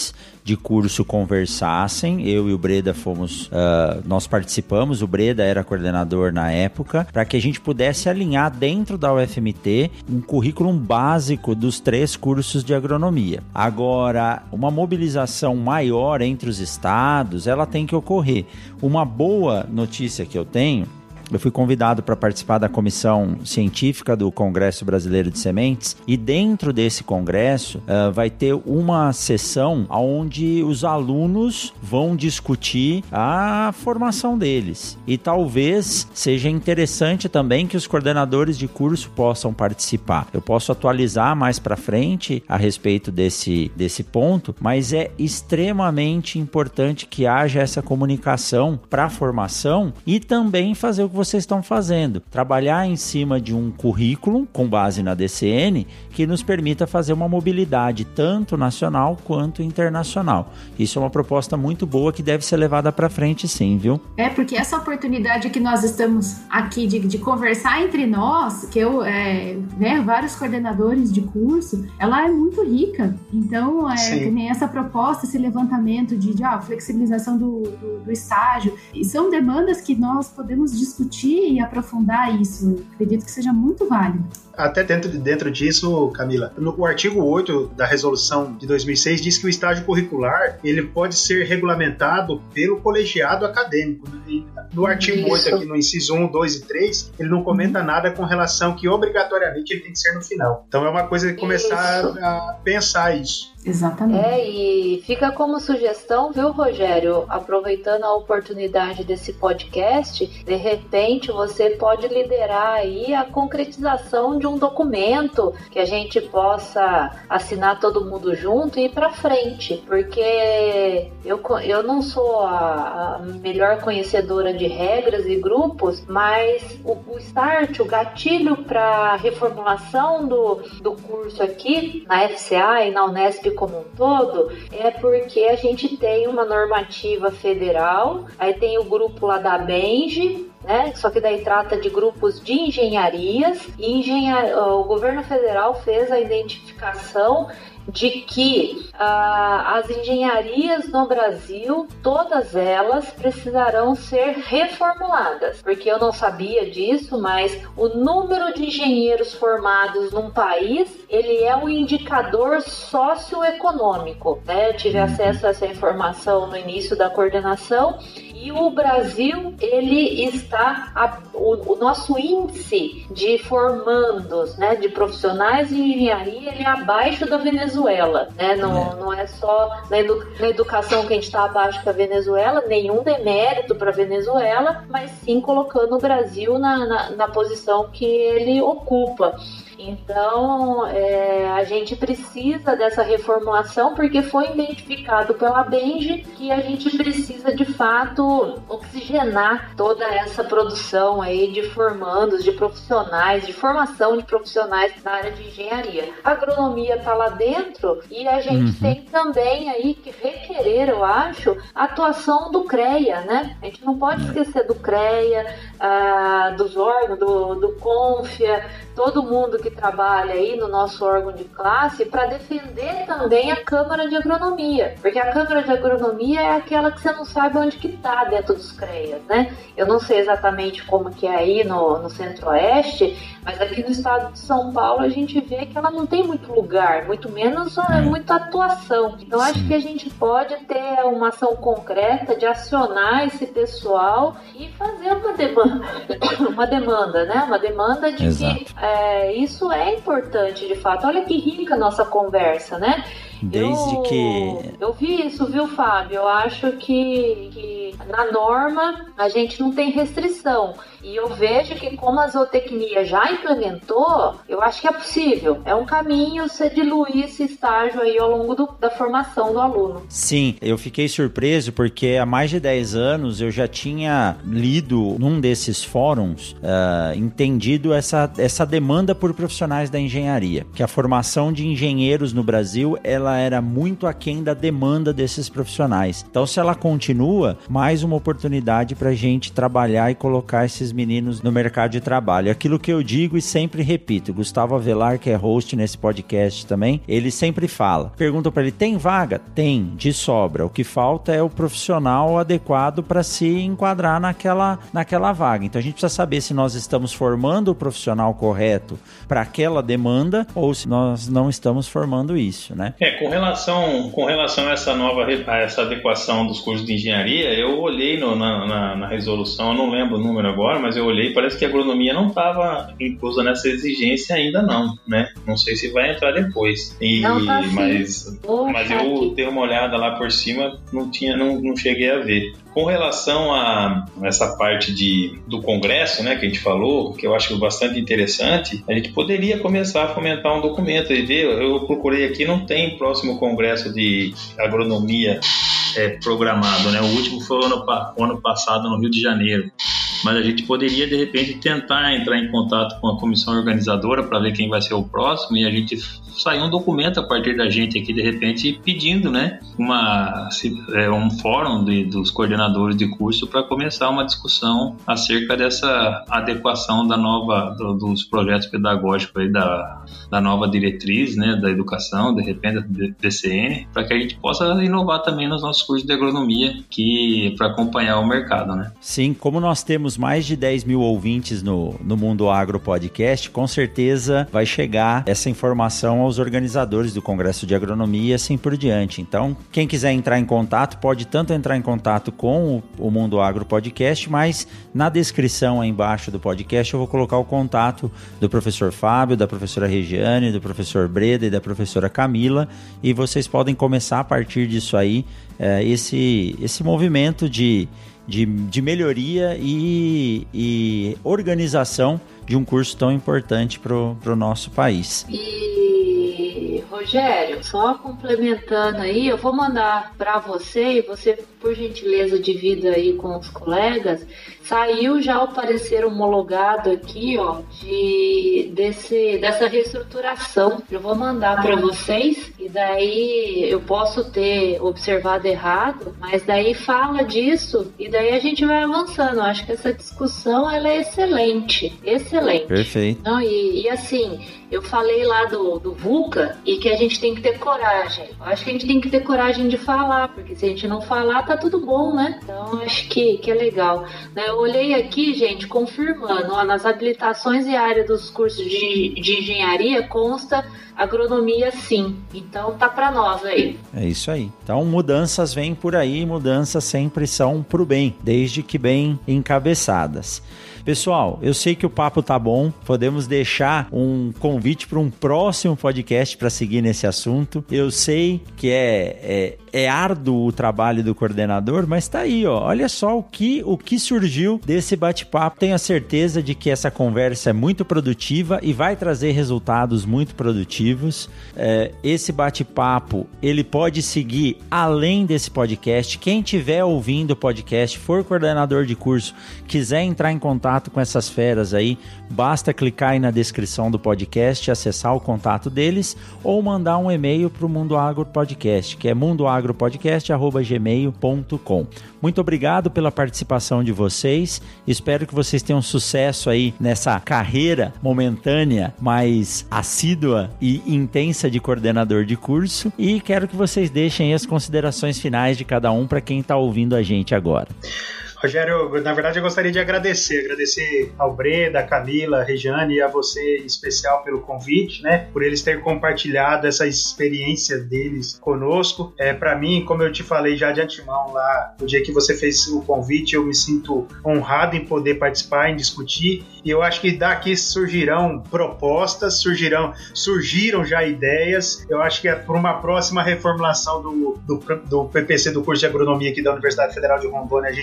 de curso conversassem. Eu e o Breda fomos, uh, nós participamos, o Breda era coordenador na época, para que a gente pudesse alinhar dentro da U F M T um currículo básico dos três cursos de agronomia. Agora, uma mobilização maior entre os estados, ela tem que ocorrer. Uma boa notícia que eu tenho, eu fui convidado para participar da comissão científica do Congresso Brasileiro de Sementes, e dentro desse congresso uh, vai ter uma sessão onde os alunos vão discutir a formação deles. E talvez seja interessante também que os coordenadores de curso possam participar. Eu posso atualizar mais para frente a respeito desse, desse ponto, mas é extremamente importante que haja essa comunicação para a formação e também fazer o que vocês estão fazendo, trabalhar em cima de um currículo com base na D C N que nos permita fazer uma mobilidade tanto nacional quanto internacional. Isso é uma proposta muito boa que deve ser levada para frente, sim, viu? É, porque essa oportunidade que nós estamos aqui de, de conversar entre nós, que eu, é, né, vários coordenadores de curso, ela é muito rica. Então, é, que nem essa proposta, esse levantamento de, de ah, flexibilização do, do, do estágio, e são demandas que nós podemos discutir e aprofundar isso. Acredito que seja muito válido. Até dentro, dentro disso, Camila, no o artigo oito da resolução de dois mil e seis diz que o estágio curricular ele pode ser regulamentado pelo colegiado acadêmico. E no artigo oito, aqui no inciso um, dois e três, ele não comenta nada com relação que obrigatoriamente ele tem que ser no final. Então é uma coisa de começar isso. a pensar isso. Exatamente. É, e fica como sugestão, viu, Rogério? Aproveitando a oportunidade desse podcast, de repente você pode liderar aí a concretização de um documento que a gente possa assinar todo mundo junto e ir para frente, porque eu, eu não sou a, a melhor conhecedora de regras e grupos, mas o, o start, o gatilho para reformulação do, do curso aqui na F C A e na Unesp como um todo, é porque a gente tem uma normativa federal, aí tem o grupo lá da Benji, né? Só que daí trata de grupos de engenharias, e engenhar... o governo federal fez a identificação de que ah, as engenharias no Brasil, todas elas precisarão ser reformuladas, porque eu não sabia disso, mas o número de engenheiros formados num país, ele é um indicador socioeconômico, né? Eu tive acesso a essa informação no início da coordenação. E o Brasil, ele está, a, o, o nosso índice de formandos, né, de profissionais de engenharia, ele é abaixo da Venezuela, né? Não, é. não é só na, edu, na educação que a gente está abaixo da Venezuela, nenhum demérito para a Venezuela, mas sim colocando o Brasil na, na, na posição que ele ocupa. Então, é, a gente precisa dessa reformulação porque foi identificado pela Benji que a gente precisa, de fato, oxigenar toda essa produção aí de formandos, de profissionais, de formação de profissionais na área de engenharia. A agronomia está lá dentro e a gente uhum. tem também aí que requerer, eu acho, a atuação do CREA, né? A gente não pode esquecer do CREA, ah, dos órgãos, do, do CONFIA, todo mundo que trabalha aí no nosso órgão de classe para defender também a Câmara de Agronomia, porque a Câmara de Agronomia é aquela que você não sabe onde que está dentro dos CREAs, né? Eu não sei exatamente como que é aí no, no Centro-Oeste, mas aqui no estado de São Paulo a gente vê que ela não tem muito lugar, muito menos é, muita atuação. Então acho que a gente pode ter uma ação concreta de acionar esse pessoal e fazer uma demanda, uma demanda, né? Uma demanda de Exato. que É, isso é importante, de fato. Olha que rica a nossa conversa, né? Desde eu, que... Eu vi isso, viu, Fábio? Eu acho que, que na norma a gente não tem restrição. E eu vejo que como a zootecnia já implementou, eu acho que é possível. É um caminho você diluir esse estágio aí ao longo do, da formação do aluno. Sim, eu fiquei surpreso porque há mais de dez anos eu já tinha lido num desses fóruns, uh, entendido essa, essa demanda por profissionais da engenharia. Que a formação de engenheiros no Brasil, ela ela era muito aquém da demanda desses profissionais. Então, se ela continua, mais uma oportunidade para a gente trabalhar e colocar esses meninos no mercado de trabalho. Aquilo que eu digo e sempre repito, Gustavo Avelar, que é host nesse podcast também, ele sempre fala, pergunta para ele, tem vaga? Tem, de sobra. O que falta é o profissional adequado para se enquadrar naquela, naquela vaga. Então, a gente precisa saber se nós estamos formando o profissional correto para aquela demanda ou se nós não estamos formando isso, né? É, com relação, com relação a essa nova, a essa adequação dos cursos de engenharia, eu olhei no, na, na, na resolução, eu não lembro o número agora, mas eu olhei, parece que a agronomia não estava inclusa nessa exigência ainda não, né? Não sei se vai entrar depois. E, não tá assim. Mas, mas eu dei uma olhada lá por cima, não, tinha, não, não cheguei a ver. Com relação a essa parte de, do congresso, né, que a gente falou, que eu acho bastante interessante, a gente poderia começar a fomentar um documento. Eu procurei aqui, não tem próximo congresso de agronomia é, programado, né? O último foi o ano, o ano passado no Rio de Janeiro. Mas a gente poderia, de repente, tentar entrar em contato com a comissão organizadora para ver quem vai ser o próximo e a gente sair um documento a partir da gente aqui, de repente, pedindo, né, uma, um fórum de, dos coordenadores de curso para começar uma discussão acerca dessa adequação da nova, do, dos projetos pedagógicos aí da, da nova diretriz, né, da educação, de repente, da D C N, para que a gente possa inovar também nos nossos cursos de agronomia, que para acompanhar o mercado, né? Sim, como nós temos mais de dez mil ouvintes no, no Mundo Agro Podcast, com certeza vai chegar essa informação aos organizadores do Congresso de Agronomia e assim por diante. Então, quem quiser entrar em contato, pode tanto entrar em contato com o, o Mundo Agro Podcast, mas na descrição aí embaixo do podcast eu vou colocar o contato do professor Fábio, da professora Regiane, do professor Breda e da professora Camila, e vocês podem começar a partir disso aí, é, esse, esse movimento de De, de melhoria e, e organização de um curso tão importante para o nosso país. E, Rogério, só complementando aí, eu vou mandar para você, e você, por gentileza, divida aí com os colegas. Saiu já o parecer homologado aqui, ó, de, desse, dessa reestruturação. Eu vou mandar para vocês, e daí eu posso ter observado errado, mas daí fala disso, e daí a gente vai avançando. Eu acho que essa discussão, ela é excelente, excelente. Perfeito. Não, e, e assim, eu falei lá do, do VUCA, e que a gente tem que ter coragem. Eu acho que a gente tem que ter coragem de falar, porque se a gente não falar, tá tudo bom, né? Então, eu acho que, que é legal, né? Eu olhei aqui, gente, confirmando, ó, nas habilitações e área dos cursos de, de engenharia consta agronomia sim. Então tá para nós aí. É isso aí. Então mudanças vêm por aí, mudanças sempre são pro bem, desde que bem encabeçadas. Pessoal, eu sei que o papo tá bom, podemos deixar um convite para um próximo podcast para seguir nesse assunto. Eu sei que é, é, é árduo o trabalho do coordenador, mas tá aí, ó. Olha só o que, o que surgiu desse bate-papo. Tenho a certeza de que essa conversa é muito produtiva e vai trazer resultados muito produtivos. É, esse bate-papo, ele pode seguir além desse podcast. Quem estiver ouvindo o podcast, for coordenador de curso, quiser entrar em contato com essas feras aí, basta clicar aí na descrição do podcast, acessar o contato deles ou mandar um e-mail para o Mundo Agro Podcast, que é mundoagropodcast arroba gmail ponto com. Muito obrigado pela participação de vocês, espero que vocês tenham sucesso aí nessa carreira momentânea, mas assídua e intensa de coordenador de curso, e quero que vocês deixem aí as considerações finais de cada um para quem está ouvindo a gente agora. Rogério, na verdade eu gostaria de agradecer, agradecer ao Breda, a Camila, a Regiane e a você em especial pelo convite, né, por eles terem compartilhado essa experiência deles conosco. É, para mim, como eu te falei já de antemão lá, no dia que você fez o convite, eu me sinto honrado em poder participar, em discutir, e eu acho que daqui surgirão propostas, surgirão, surgiram já ideias. Eu acho que é para uma próxima reformulação do, do, do P P C, do curso de agronomia aqui da Universidade Federal de Rondônia, a gente já vai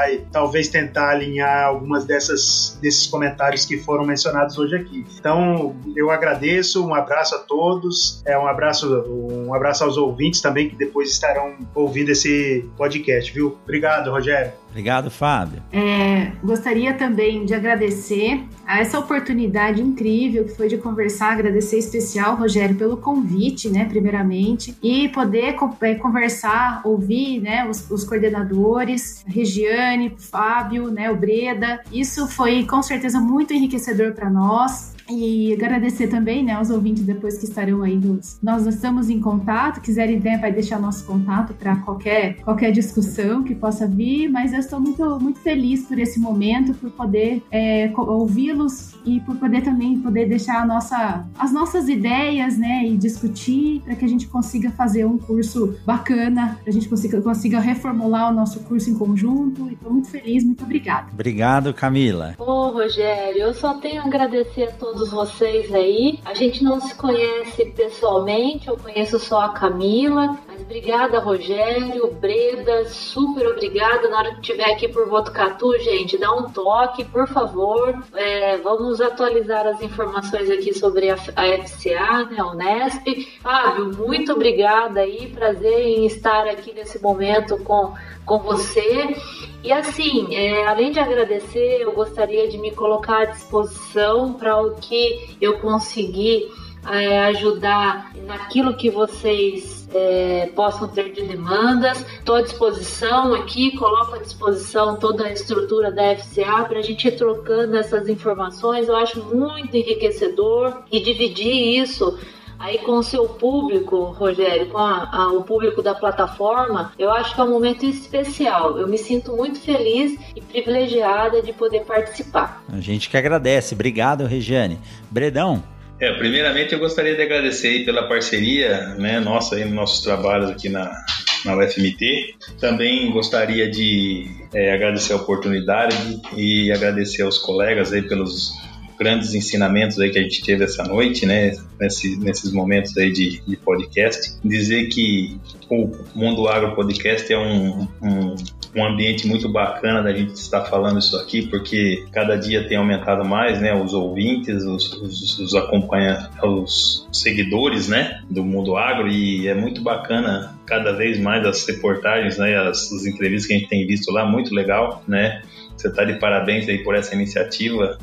vai talvez tentar alinhar algumas dessas, desses comentários que foram mencionados hoje aqui. Então, eu agradeço, um abraço a todos, é, um, abraço, um abraço aos ouvintes também que depois estarão ouvindo esse podcast, viu? Obrigado, Rogério. Obrigado, Fábio. É, gostaria também de agradecer a essa oportunidade incrível que foi de conversar, agradecer em especial, Rogério, pelo convite, né, primeiramente, e poder conversar, ouvir, né, os, os coordenadores, a Regiane, o Fábio, né, o Breda. Isso foi com certeza muito enriquecedor para nós. E agradecer também, né, aos ouvintes depois que estarão aí. Nos... Nós estamos em contato, quiserem, né, vai deixar nosso contato para qualquer, qualquer discussão que possa vir, mas eu estou muito, muito feliz por esse momento, por poder é, ouvi-los e por poder também poder deixar a nossa, as nossas ideias, né, e discutir para que a gente consiga fazer um curso bacana, para a gente consiga, consiga reformular o nosso curso em conjunto. Estou muito feliz, muito obrigada. Obrigado, Camila. Ô, Rogério, eu só tenho a agradecer a todos vocês aí. A gente não se conhece pessoalmente, eu conheço só a Camila, mas obrigada, Rogério, Breda, super obrigada. Na hora que estiver aqui por Botucatu, gente, dá um toque, por favor. É, vamos atualizar as informações aqui sobre a, a F C A, né, a Unesp. Fábio, muito obrigada aí, prazer em estar aqui nesse momento com, com você. E assim, é, além de agradecer, eu gostaria de me colocar à disposição para o que eu conseguir é, ajudar naquilo que vocês é, possam ter de demandas. Estou à disposição aqui, coloco à disposição toda a estrutura da F C A para a gente ir trocando essas informações. Eu acho muito enriquecedor e dividir isso aí com o seu público, Rogério, com a, a, o público da plataforma. Eu acho que é um momento especial. Eu me sinto muito feliz e privilegiada de poder participar. A gente que agradece. Obrigado, Regiane. Bredão? É, primeiramente eu gostaria de agradecer aí pela parceria, né, nossa aí nos nossos trabalhos aqui na, na U F M T. Também gostaria de é, agradecer a oportunidade e agradecer aos colegas aí pelos grandes ensinamentos aí que a gente teve essa noite, né, nesse, nesses momentos aí de, de podcast. Dizer que o Mundo Agro Podcast é um, um, um ambiente muito bacana da gente estar falando isso aqui, porque cada dia tem aumentado mais, né, os ouvintes, os, os, os acompanha, os seguidores, né, do Mundo Agro, e é muito bacana cada vez mais as reportagens, né, as, as entrevistas que a gente tem visto lá, muito legal, né. Você está de parabéns aí por essa iniciativa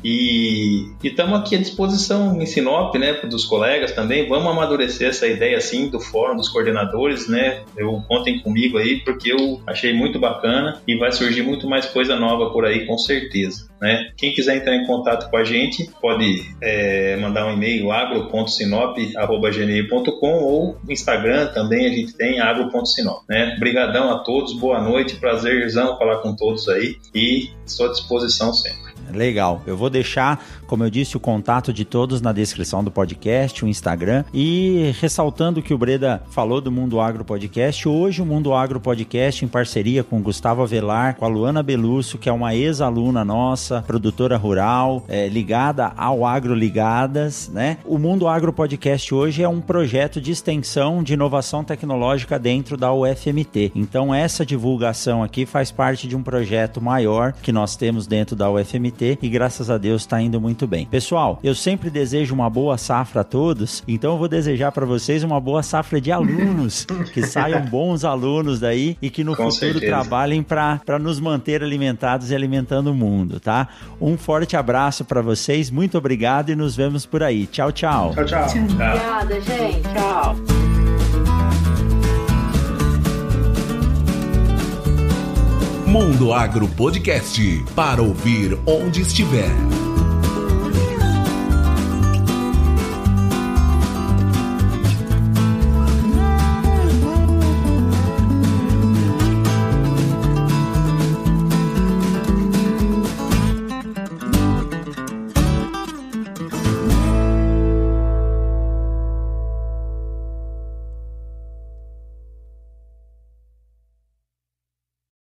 e estamos aqui à disposição em Sinop, né, dos colegas também. Vamos amadurecer essa ideia assim do fórum dos coordenadores, né? Eu contem comigo aí porque eu achei muito bacana e vai surgir muito mais coisa nova por aí com certeza, né? Quem quiser entrar em contato com a gente pode é, mandar um e-mail agro ponto sinop arroba gmail ponto com ou no Instagram também a gente tem agro ponto sinop, né? Obrigadão a todos, boa noite, prazerzão falar com todos aí e estou à disposição sempre. Legal, eu vou deixar, como eu disse, o contato de todos na descrição do podcast, o Instagram, e ressaltando que o Breda falou do Mundo Agro Podcast, hoje o Mundo Agro Podcast em parceria com o Gustavo Avelar, com a Luana Belusso, que é uma ex-aluna nossa, produtora rural, é, ligada ao Agro Ligadas, né? O Mundo Agro Podcast hoje é um projeto de extensão de inovação tecnológica dentro da U F M T, então essa divulgação aqui faz parte de um projeto maior que nós temos dentro da U F M T e graças a Deus está indo muito bem. Pessoal, eu sempre desejo uma boa safra a todos, então eu vou desejar para vocês uma boa safra de alunos, que saiam bons alunos daí e que no Com futuro certeza. trabalhem para nos manter alimentados e alimentando o mundo, tá? Um forte abraço para vocês, muito obrigado e nos vemos por aí. Tchau, tchau. Tchau, tchau. Tchau. Obrigada, gente. Tchau. Mundo Agro Podcast, para ouvir onde estiver.